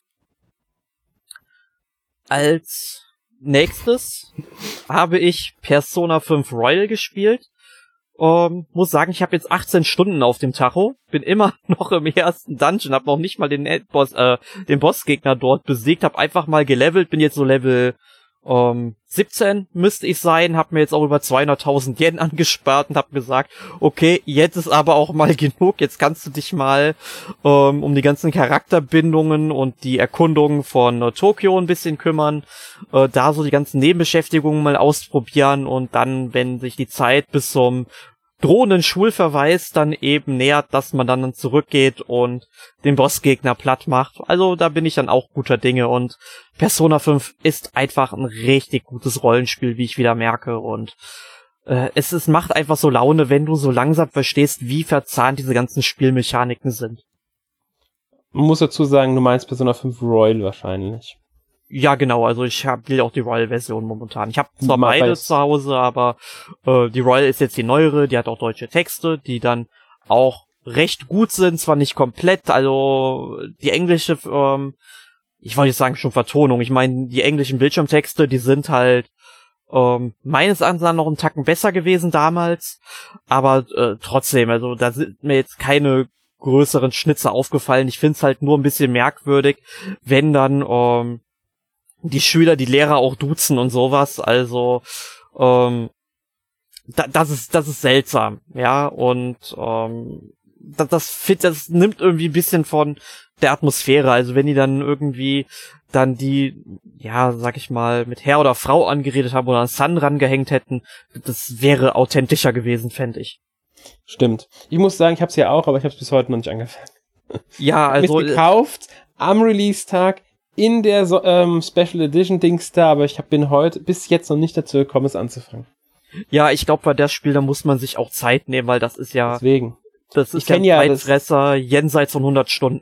Als nächstes habe ich Persona 5 Royal gespielt. Muss sagen, ich habe jetzt 18 Stunden auf dem Tacho, bin immer noch im ersten Dungeon, habe noch nicht mal den Bossgegner dort besiegt, habe einfach mal gelevelt, bin jetzt so Level 17 müsste ich sein, habe mir jetzt auch über 200.000 Yen angespart und habe gesagt, okay, jetzt ist aber auch mal genug, jetzt kannst du dich mal um die ganzen Charakterbindungen und die Erkundungen von Tokio ein bisschen kümmern, da so die ganzen Nebenbeschäftigungen mal ausprobieren und dann, wenn sich die Zeit bis zum drohenden Schulverweis dann eben nähert, dass man dann zurückgeht und den Bossgegner platt macht. Also da bin ich dann auch guter Dinge und Persona 5 ist einfach ein richtig gutes Rollenspiel, wie ich wieder merke und es macht einfach so Laune, wenn du so langsam verstehst, wie verzahnt diese ganzen Spielmechaniken sind. Man muss dazu sagen, du meinst Persona 5 Royal wahrscheinlich. Ja, genau, also ich will auch die Royal-Version momentan. Ich habe zwar beide zu Hause, aber die Royal ist jetzt die neuere, die hat auch deutsche Texte, die dann auch recht gut sind, zwar nicht komplett, also die englische, ich wollte jetzt sagen schon Vertonung, ich meine die englischen Bildschirmtexte, die sind halt meines Erachtens noch einen Tacken besser gewesen damals, aber trotzdem, also da sind mir jetzt keine größeren Schnitzer aufgefallen, ich find's halt nur ein bisschen merkwürdig, wenn dann die Schüler die Lehrer auch duzen und sowas, also das ist seltsam, ja, und das nimmt irgendwie ein bisschen von der Atmosphäre, also wenn die dann irgendwie dann die, ja, sag ich mal, mit Herr oder Frau angeredet haben oder an Sun rangehängt hätten, das wäre authentischer gewesen, fände ich. Stimmt. Ich muss sagen, ich hab's ja auch, aber ich hab's bis heute noch nicht angefangen. Ja, also... Ich hab's gekauft am Release-Tag in der Special Edition Dings da, aber ich bin heute bis jetzt noch nicht dazu gekommen, es anzufangen. Ja, ich glaube, bei der Spiel, da muss man sich auch Zeit nehmen, weil das ist ja... Deswegen. Das ist ja ein Zeitfresser jenseits von 100 Stunden.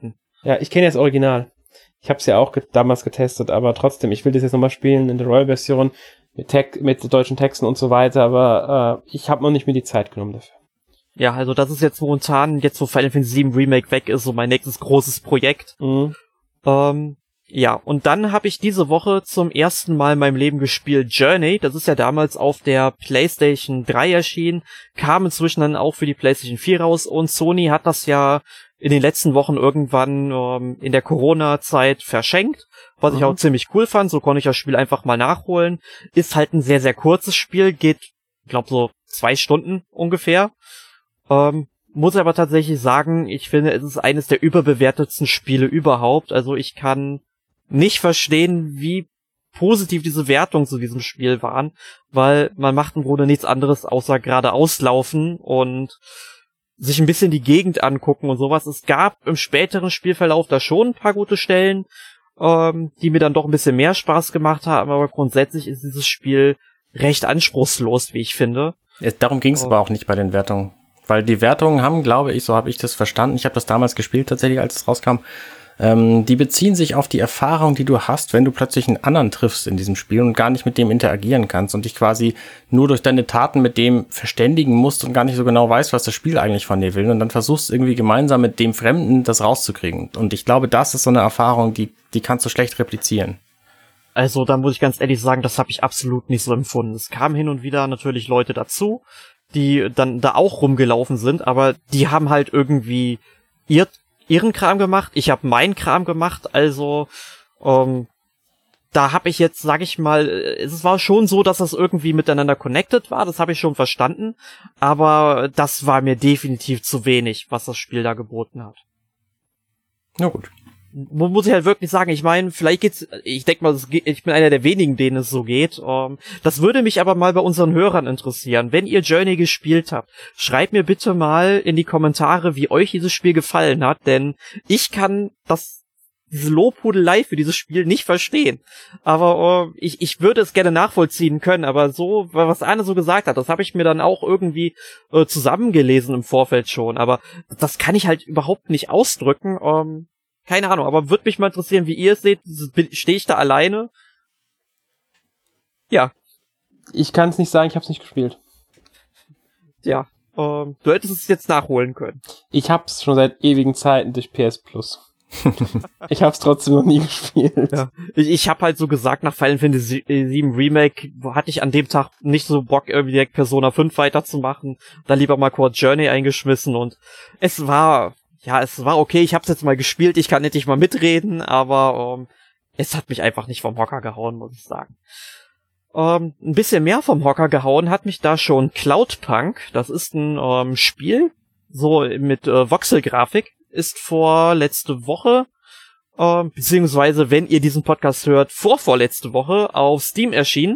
Ja, ich kenne ja das Original. Ich habe es ja auch damals getestet, aber trotzdem, ich will das jetzt nochmal spielen in der Royal-Version mit deutschen Texten und so weiter, aber ich habe noch nicht mir die Zeit genommen dafür. Ja, also das ist jetzt momentan, jetzt wo Final Fantasy VII Remake weg ist, so mein nächstes großes Projekt. Ja, und dann habe ich diese Woche zum ersten Mal in meinem Leben gespielt Journey. Das ist ja damals auf der PlayStation 3 erschienen, kam inzwischen dann auch für die PlayStation 4 raus und Sony hat das ja in den letzten Wochen irgendwann in der Corona-Zeit verschenkt, was ich auch ziemlich cool fand. So konnte ich das Spiel einfach mal nachholen. Ist halt ein sehr, sehr kurzes Spiel, geht, ich glaube, so 2 Stunden ungefähr. Muss aber tatsächlich sagen, ich finde, es ist eines der überbewertetsten Spiele überhaupt. Also ich kann nicht verstehen, wie positiv diese Wertungen zu diesem Spiel waren, weil man macht im Grunde nichts anderes, außer geradeaus laufen und sich ein bisschen die Gegend angucken und sowas. Es gab im späteren Spielverlauf da schon ein paar gute Stellen, die mir dann doch ein bisschen mehr Spaß gemacht haben, aber grundsätzlich ist dieses Spiel recht anspruchslos, wie ich finde. Darum ging es aber auch nicht bei den Wertungen. Weil die Wertungen haben, glaube ich, so habe ich das verstanden, ich habe das damals gespielt tatsächlich, als es rauskam, die beziehen sich auf die Erfahrung, die du hast, wenn du plötzlich einen anderen triffst in diesem Spiel und gar nicht mit dem interagieren kannst und dich quasi nur durch deine Taten mit dem verständigen musst und gar nicht so genau weißt, was das Spiel eigentlich von dir will und dann versuchst irgendwie gemeinsam mit dem Fremden das rauszukriegen. Und ich glaube, das ist so eine Erfahrung, die kannst du schlecht replizieren. Also da muss ich ganz ehrlich sagen, das habe ich absolut nicht so empfunden. Es kamen hin und wieder natürlich Leute dazu, die dann da auch rumgelaufen sind, aber die haben halt irgendwie ihren Kram gemacht, ich habe meinen Kram gemacht, also da habe ich jetzt, sag ich mal, es war schon so, dass das irgendwie miteinander connected war, das habe ich schon verstanden, aber das war mir definitiv zu wenig, was das Spiel da geboten hat. Na gut. Muss ich halt wirklich sagen, ich meine, vielleicht geht's, ich denke mal, ich bin einer der wenigen, denen es so geht. Das würde mich aber mal bei unseren Hörern interessieren. Wenn ihr Journey gespielt habt, schreibt mir bitte mal in die Kommentare, wie euch dieses Spiel gefallen hat, denn ich kann diese Lobhudelei für dieses Spiel nicht verstehen. Aber ich würde es gerne nachvollziehen können, aber so, was Arne so gesagt hat, das habe ich mir dann auch irgendwie zusammengelesen im Vorfeld schon, aber das kann ich halt überhaupt nicht ausdrücken. Keine Ahnung, aber würde mich mal interessieren, wie ihr es seht. Stehe ich da alleine? Ja. Ich kann es nicht sagen, ich habe es nicht gespielt. Ja, du hättest es jetzt nachholen können. Ich hab's schon seit ewigen Zeiten durch PS Plus. Ich hab's trotzdem noch nie gespielt. Ja. Ich habe halt so gesagt, nach Final Fantasy VII Remake hatte ich an dem Tag nicht so Bock, irgendwie direkt Persona 5 weiterzumachen. Da lieber mal kurz Journey eingeschmissen und es war okay, ich hab's jetzt mal gespielt, ich kann endlich mal mitreden, aber es hat mich einfach nicht vom Hocker gehauen, muss ich sagen. Ein bisschen mehr vom Hocker gehauen hat mich da schon Cloudpunk. Das ist ein Spiel, so mit Voxel-Grafik, ist letzte Woche, beziehungsweise wenn ihr diesen Podcast hört, vorletzte Woche auf Steam erschienen.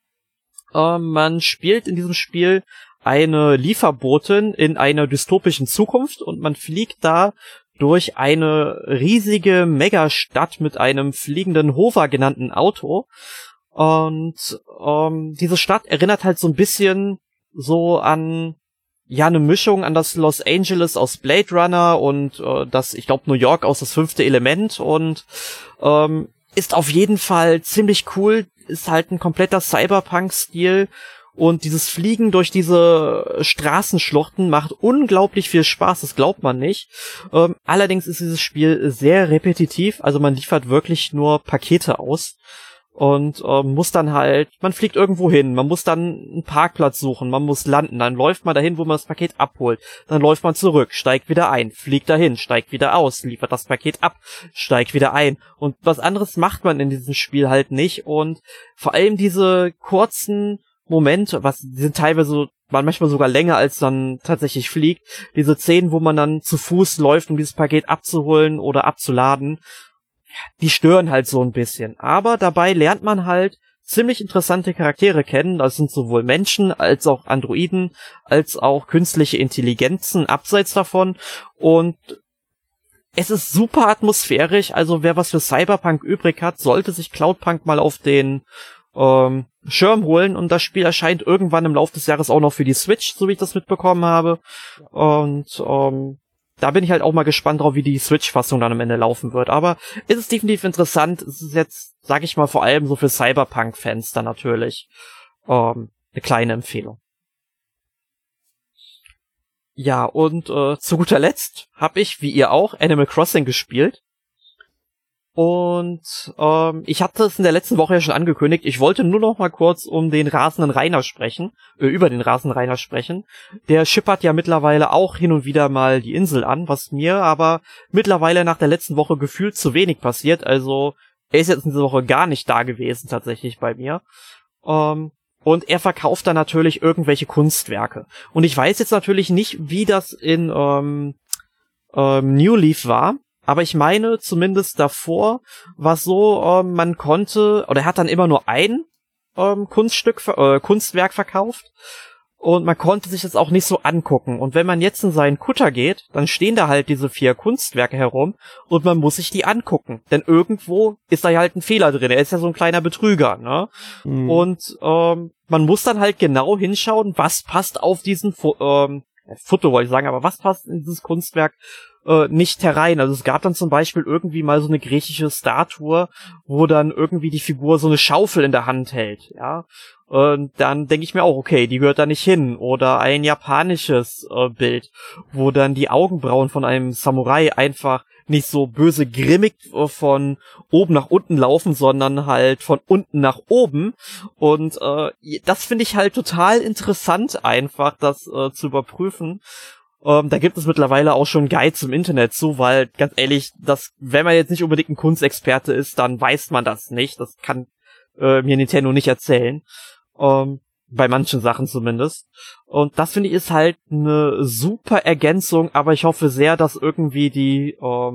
Man spielt in diesem Spiel eine Lieferbotin in einer dystopischen Zukunft und man fliegt da durch eine riesige Megastadt mit einem fliegenden Hover genannten Auto. Und diese Stadt erinnert halt so ein bisschen so an eine Mischung an das Los Angeles aus Blade Runner und ich glaube New York aus das 5. Element und ist auf jeden Fall ziemlich cool, ist halt ein kompletter Cyberpunk-Stil. Und dieses Fliegen durch diese Straßenschluchten macht unglaublich viel Spaß, das glaubt man nicht. Allerdings ist dieses Spiel sehr repetitiv, also man liefert wirklich nur Pakete aus und muss dann halt, man fliegt irgendwo hin, man muss dann einen Parkplatz suchen, man muss landen, dann läuft man dahin, wo man das Paket abholt, dann läuft man zurück, steigt wieder ein, fliegt dahin, steigt wieder aus, liefert das Paket ab, steigt wieder ein und was anderes macht man in diesem Spiel halt nicht und vor allem diese kurzen Momente, die sind teilweise manchmal sogar länger als dann tatsächlich fliegt, diese Szenen, wo man dann zu Fuß läuft, um dieses Paket abzuholen oder abzuladen, die stören halt so ein bisschen. Aber dabei lernt man halt ziemlich interessante Charaktere kennen. Das sind sowohl Menschen als auch Androiden, als auch künstliche Intelligenzen abseits davon. Und es ist super atmosphärisch. Also wer was für Cyberpunk übrig hat, sollte sich Cloudpunk mal auf den Schirm holen. Und das Spiel erscheint irgendwann im Laufe des Jahres auch noch für die Switch, so wie ich das mitbekommen habe. Und da bin ich halt auch mal gespannt drauf, wie die Switch-Fassung dann am Ende laufen wird. Aber es ist definitiv interessant. Es ist jetzt, sag ich mal, vor allem so für Cyberpunk-Fans dann natürlich eine kleine Empfehlung. Ja, und zu guter Letzt habe ich, wie ihr auch, Animal Crossing gespielt. Und ich hatte es in der letzten Woche ja schon angekündigt. Ich wollte nur noch mal kurz über den rasenden Rainer sprechen. Der schippert ja mittlerweile auch hin und wieder mal die Insel an, was mir aber mittlerweile nach der letzten Woche gefühlt zu wenig passiert. Also er ist jetzt in dieser Woche gar nicht da gewesen tatsächlich bei mir. Und er verkauft dann natürlich irgendwelche Kunstwerke. Und ich weiß jetzt natürlich nicht, wie das in New Leaf war. Aber ich meine, zumindest davor war es so, man konnte, oder er hat dann immer nur ein Kunstwerk verkauft und man konnte sich das auch nicht so angucken. Und wenn man jetzt in seinen Kutter geht, dann stehen da halt diese 4 Kunstwerke herum und man muss sich die angucken. Denn irgendwo ist da ja halt ein Fehler drin. Er ist ja so ein kleiner Betrüger, ne? Mhm. Und man muss dann halt genau hinschauen, was passt auf diesen Foto, wollte ich sagen, aber was passt in dieses Kunstwerk nicht herein. Also es gab dann zum Beispiel irgendwie mal so eine griechische Statue, wo dann irgendwie die Figur so eine Schaufel in der Hand hält, ja. Und dann denke ich mir auch, okay, die gehört da nicht hin. Oder ein japanisches Bild, wo dann die Augenbrauen von einem Samurai einfach nicht so böse grimmig von oben nach unten laufen, sondern halt von unten nach oben. Und das finde ich halt total interessant, einfach das zu überprüfen. Da gibt es mittlerweile auch schon Guides im Internet zu, weil, ganz ehrlich, wenn man jetzt nicht unbedingt ein Kunstexperte ist, dann weiß man das nicht. Das kann mir Nintendo nicht erzählen. Bei manchen Sachen zumindest. Und das, finde ich, ist halt eine super Ergänzung, aber ich hoffe sehr, dass irgendwie die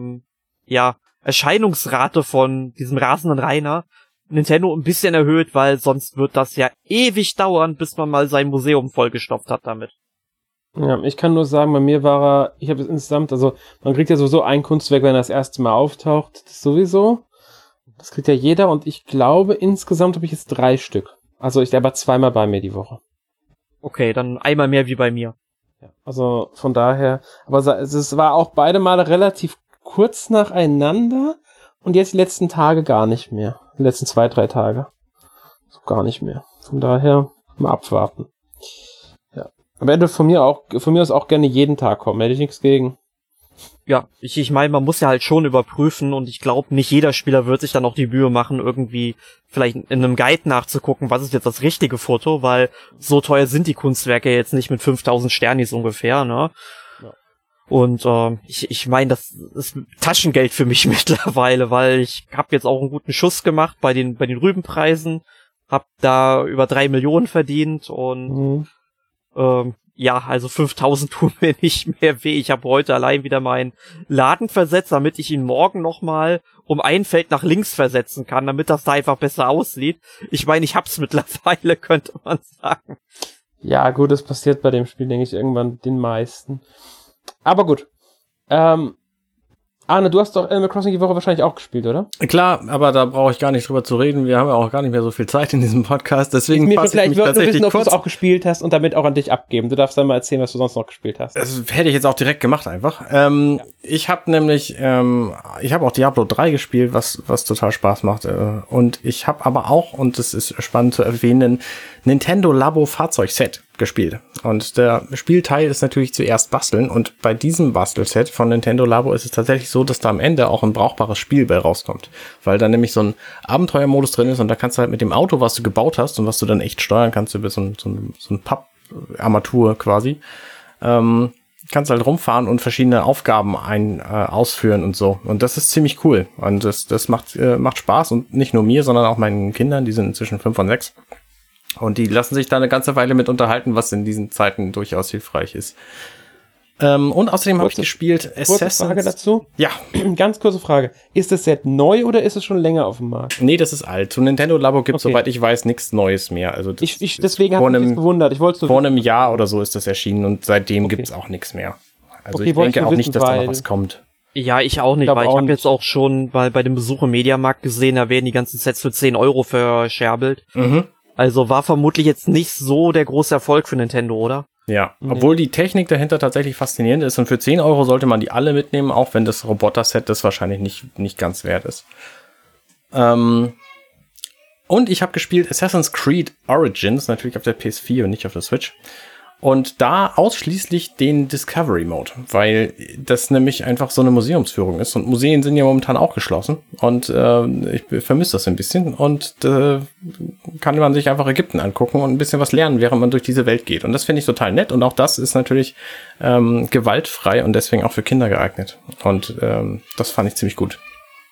Erscheinungsrate von diesem rasenden Rainer Nintendo ein bisschen erhöht, weil sonst wird das ja ewig dauern, bis man mal sein Museum vollgestopft hat damit. Ja, ich kann nur sagen, bei mir ich habe es insgesamt, also man kriegt ja sowieso ein Kunstwerk, wenn er das erste Mal auftaucht, das sowieso. Das kriegt ja jeder und ich glaube, insgesamt habe ich jetzt 3 Stück. Also ich war zweimal bei mir die Woche. Okay, dann einmal mehr wie bei mir. Ja, also von daher, aber es war auch beide Male relativ kurz nacheinander und jetzt die letzten Tage gar nicht mehr. Die letzten 2-3 Tage. So gar nicht mehr. Von daher mal abwarten. Aber hätte von mir aus auch gerne jeden Tag kommen, hätte ich nichts gegen. Ja, ich meine, man muss ja halt schon überprüfen und ich glaube, nicht jeder Spieler wird sich dann auch die Mühe machen, irgendwie vielleicht in einem Guide nachzugucken, was ist jetzt das richtige Foto, weil so teuer sind die Kunstwerke jetzt nicht mit 5000 Sternis ungefähr, ne? Ja. Und ich meine, das ist Taschengeld für mich mittlerweile, weil ich habe jetzt auch einen guten Schuss gemacht bei den Rübenpreisen, hab da über 3 Millionen verdient und also 5000 tun mir nicht mehr weh. Ich habe heute allein wieder meinen Laden versetzt, damit ich ihn morgen nochmal um ein Feld nach links versetzen kann, damit das da einfach besser aussieht. Ich meine, ich hab's mittlerweile, könnte man sagen. Ja, gut, das passiert bei dem Spiel, denke ich, irgendwann den meisten. Aber gut. Arne, du hast doch Animal Crossing die Woche wahrscheinlich auch gespielt, oder? Klar, aber da brauche ich gar nicht drüber zu reden. Wir haben ja auch gar nicht mehr so viel Zeit in diesem Podcast. Deswegen fasse ich mich tatsächlich kurz. Ob du es auch gespielt hast und damit auch an dich abgeben. Du darfst dann mal erzählen, was du sonst noch gespielt hast. Das hätte ich jetzt auch direkt gemacht einfach. Ich habe nämlich, ich habe auch Diablo 3 gespielt, was total Spaß macht. Und ich habe aber auch, und das ist spannend zu erwähnen, Nintendo Labo Fahrzeugset gespielt. Und der Spielteil ist natürlich zuerst basteln. Und bei diesem Bastelset von Nintendo Labo ist es tatsächlich so, dass da am Ende auch ein brauchbares Spiel bei rauskommt. Weil da nämlich so ein Abenteuermodus drin ist und da kannst du halt mit dem Auto, was du gebaut hast und was du dann echt steuern kannst über so ein Papp-Armatur quasi, kannst halt rumfahren und verschiedene Aufgaben ausführen und so. Und das ist ziemlich cool. Und das macht Spaß und nicht nur mir, sondern auch meinen Kindern, die sind inzwischen 5 und 6. Und die lassen sich da eine ganze Weile mit unterhalten, was in diesen Zeiten durchaus hilfreich ist. Und außerdem habe ich gespielt Assassin's... Frage dazu? Ja. Ganz kurze Frage. Ist das Set neu oder ist es schon länger auf dem Markt? Nee, das ist alt. Zu Nintendo Labo gibt es, soweit ich weiß, nichts Neues mehr. Also deswegen habe ich mich gewundert. Vor einem Jahr oder so ist das erschienen und seitdem gibt es auch nichts mehr. Also ich denke auch nicht, dass da noch was kommt. Ja, ich auch nicht, weil ich habe jetzt auch schon bei dem Besuch im Mediamarkt gesehen, da werden die ganzen Sets für 10 € verscherbelt. Mhm. Also war vermutlich jetzt nicht so der große Erfolg für Nintendo, oder? Ja, obwohl die Technik dahinter tatsächlich faszinierend ist und für 10 Euro sollte man die alle mitnehmen, auch wenn das Roboter-Set das wahrscheinlich nicht ganz wert ist. Und ich habe gespielt Assassin's Creed Origins, natürlich auf der PS4 und nicht auf der Switch. Und da ausschließlich den Discovery Mode, weil das nämlich einfach so eine Museumsführung ist. Und Museen sind ja momentan auch geschlossen. Und ich vermisse das ein bisschen. Und kann man sich einfach Ägypten angucken und ein bisschen was lernen, während man durch diese Welt geht. Und das finde ich total nett. Und auch das ist natürlich gewaltfrei und deswegen auch für Kinder geeignet. Und das fand ich ziemlich gut.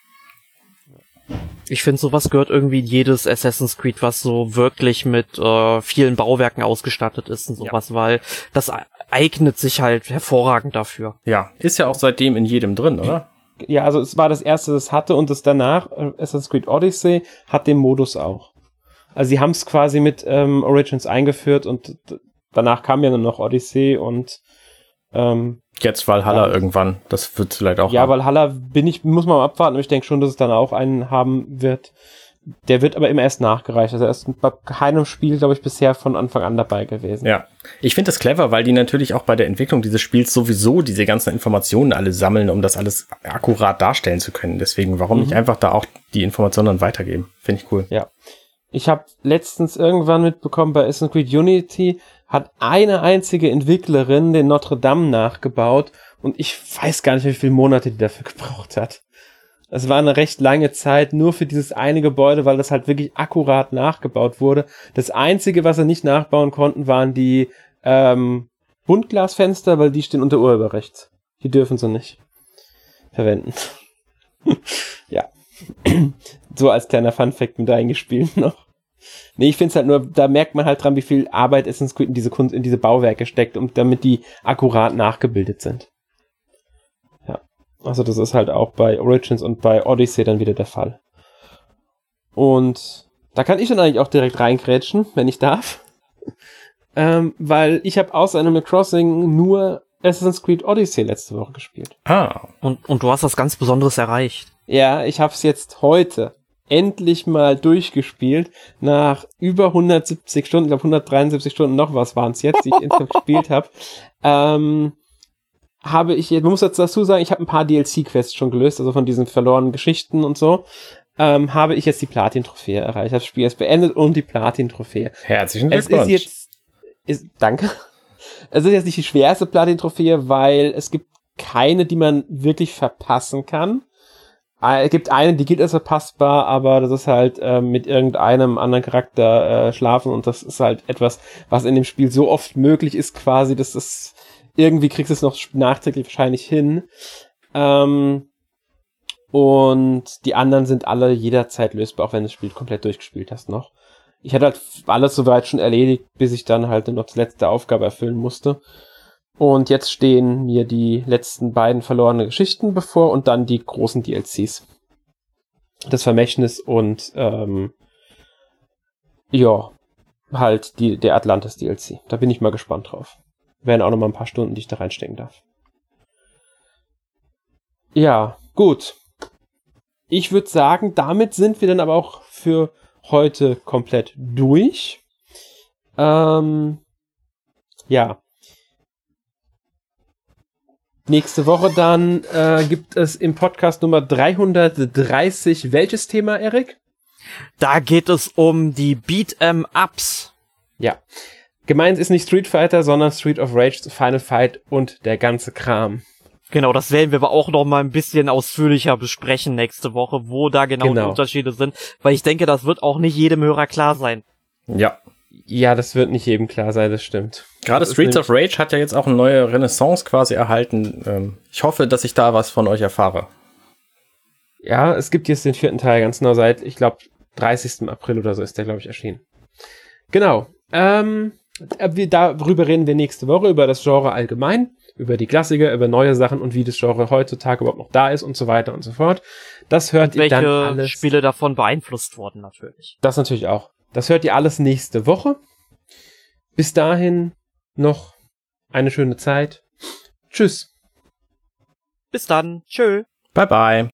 Ich finde, sowas gehört irgendwie in jedes Assassin's Creed, was so wirklich mit vielen Bauwerken ausgestattet ist und sowas, weil das eignet sich halt hervorragend dafür. Ja, ist ja auch seitdem in jedem drin, oder? Ja, also es war das erste, das hatte, und das danach, Assassin's Creed Odyssey, hat den Modus auch. Also sie haben es quasi mit Origins eingeführt und danach kam ja nur noch Odyssey und jetzt Valhalla irgendwann, das wird vielleicht auch. Ja, haben. Valhalla muss man mal abwarten, aber ich denke schon, dass es dann auch einen haben wird. Der wird aber immer erst nachgereicht. Also er ist bei keinem Spiel, glaube ich, bisher von Anfang an dabei gewesen. Ja, ich finde das clever, weil die natürlich auch bei der Entwicklung dieses Spiels sowieso diese ganzen Informationen alle sammeln, um das alles akkurat darstellen zu können. Deswegen, warum nicht einfach da auch die Informationen dann weitergeben? Finde ich cool. Ja. Ich habe letztens irgendwann mitbekommen, bei Assassin's Creed Unity hat eine einzige Entwicklerin den Notre Dame nachgebaut und ich weiß gar nicht, wie viele Monate die dafür gebraucht hat. Es war eine recht lange Zeit nur für dieses eine Gebäude, weil das halt wirklich akkurat nachgebaut wurde. Das Einzige, was sie nicht nachbauen konnten, waren die Buntglasfenster, weil die stehen unter Urheberrecht. Die dürfen sie nicht verwenden. Ja. So als kleiner Funfact mit eingespielt noch. Nee, ich finde es halt nur, da merkt man halt dran, wie viel Arbeit Assassin's Creed in diese Bauwerke steckt, damit die akkurat nachgebildet sind. Ja, also das ist halt auch bei Origins und bei Odyssey dann wieder der Fall. Und da kann ich dann eigentlich auch direkt reingrätschen, wenn ich darf. Weil ich habe außer Animal Crossing nur Assassin's Creed Odyssey letzte Woche gespielt. Und du hast was ganz Besonderes erreicht. Ja, ich habe es jetzt heute endlich mal durchgespielt, nach über 170 Stunden, ich glaube 173 Stunden noch was waren es jetzt, die ich insgesamt gespielt habe, man muss jetzt dazu sagen, ich habe ein paar DLC-Quests schon gelöst, also von diesen verlorenen Geschichten und so, habe ich jetzt die Platin-Trophäe erreicht. Ich habe das Spiel jetzt beendet und die Platin-Trophäe. Herzlichen Glückwunsch. Danke. Es ist jetzt nicht die schwerste Platin-Trophäe, weil es gibt keine, die man wirklich verpassen kann. Es gibt eine, die gilt als verpassbar, aber das ist halt mit irgendeinem anderen Charakter schlafen und das ist halt etwas, was in dem Spiel so oft möglich ist quasi, dass das irgendwie kriegst du es noch nachträglich wahrscheinlich hin. Und die anderen sind alle jederzeit lösbar, auch wenn du das Spiel komplett durchgespielt hast noch. Ich hatte halt alles soweit schon erledigt, bis ich dann halt noch die letzte Aufgabe erfüllen musste. Und jetzt stehen mir die letzten beiden verlorenen Geschichten bevor und dann die großen DLCs. Das Vermächtnis und halt der Atlantis DLC. Da bin ich mal gespannt drauf. Wären auch noch mal ein paar Stunden, die ich da reinstecken darf. Ja, gut. Ich würde sagen, damit sind wir dann aber auch für heute komplett durch. Ja. Nächste Woche dann gibt es im Podcast Nummer 330 welches Thema, Erik? Da geht es um die Beat'em-Ups. Ja. Gemeint ist nicht Street Fighter, sondern Street of Rage, Final Fight und der ganze Kram. Genau, das werden wir aber auch noch mal ein bisschen ausführlicher besprechen nächste Woche, wo da genau die Unterschiede sind, weil ich denke, das wird auch nicht jedem Hörer klar sein. Ja. Ja, das wird nicht jedem klar sein, das stimmt. Gerade Streets of Rage hat ja jetzt auch eine neue Renaissance quasi erhalten. Ich hoffe, dass ich da was von euch erfahre. Ja, es gibt jetzt den 4. Teil ganz genau seit, ich glaube, 30. April oder so ist der, glaube ich, erschienen. Genau. Darüber reden wir nächste Woche, über das Genre allgemein, über die Klassiker, über neue Sachen und wie das Genre heutzutage überhaupt noch da ist und so weiter und so fort. Das hört ihr dann alles. Welche Spiele davon beeinflusst wurden natürlich. Das natürlich auch. Das hört ihr alles nächste Woche. Bis dahin noch eine schöne Zeit. Tschüss. Bis dann. Tschö. Bye bye.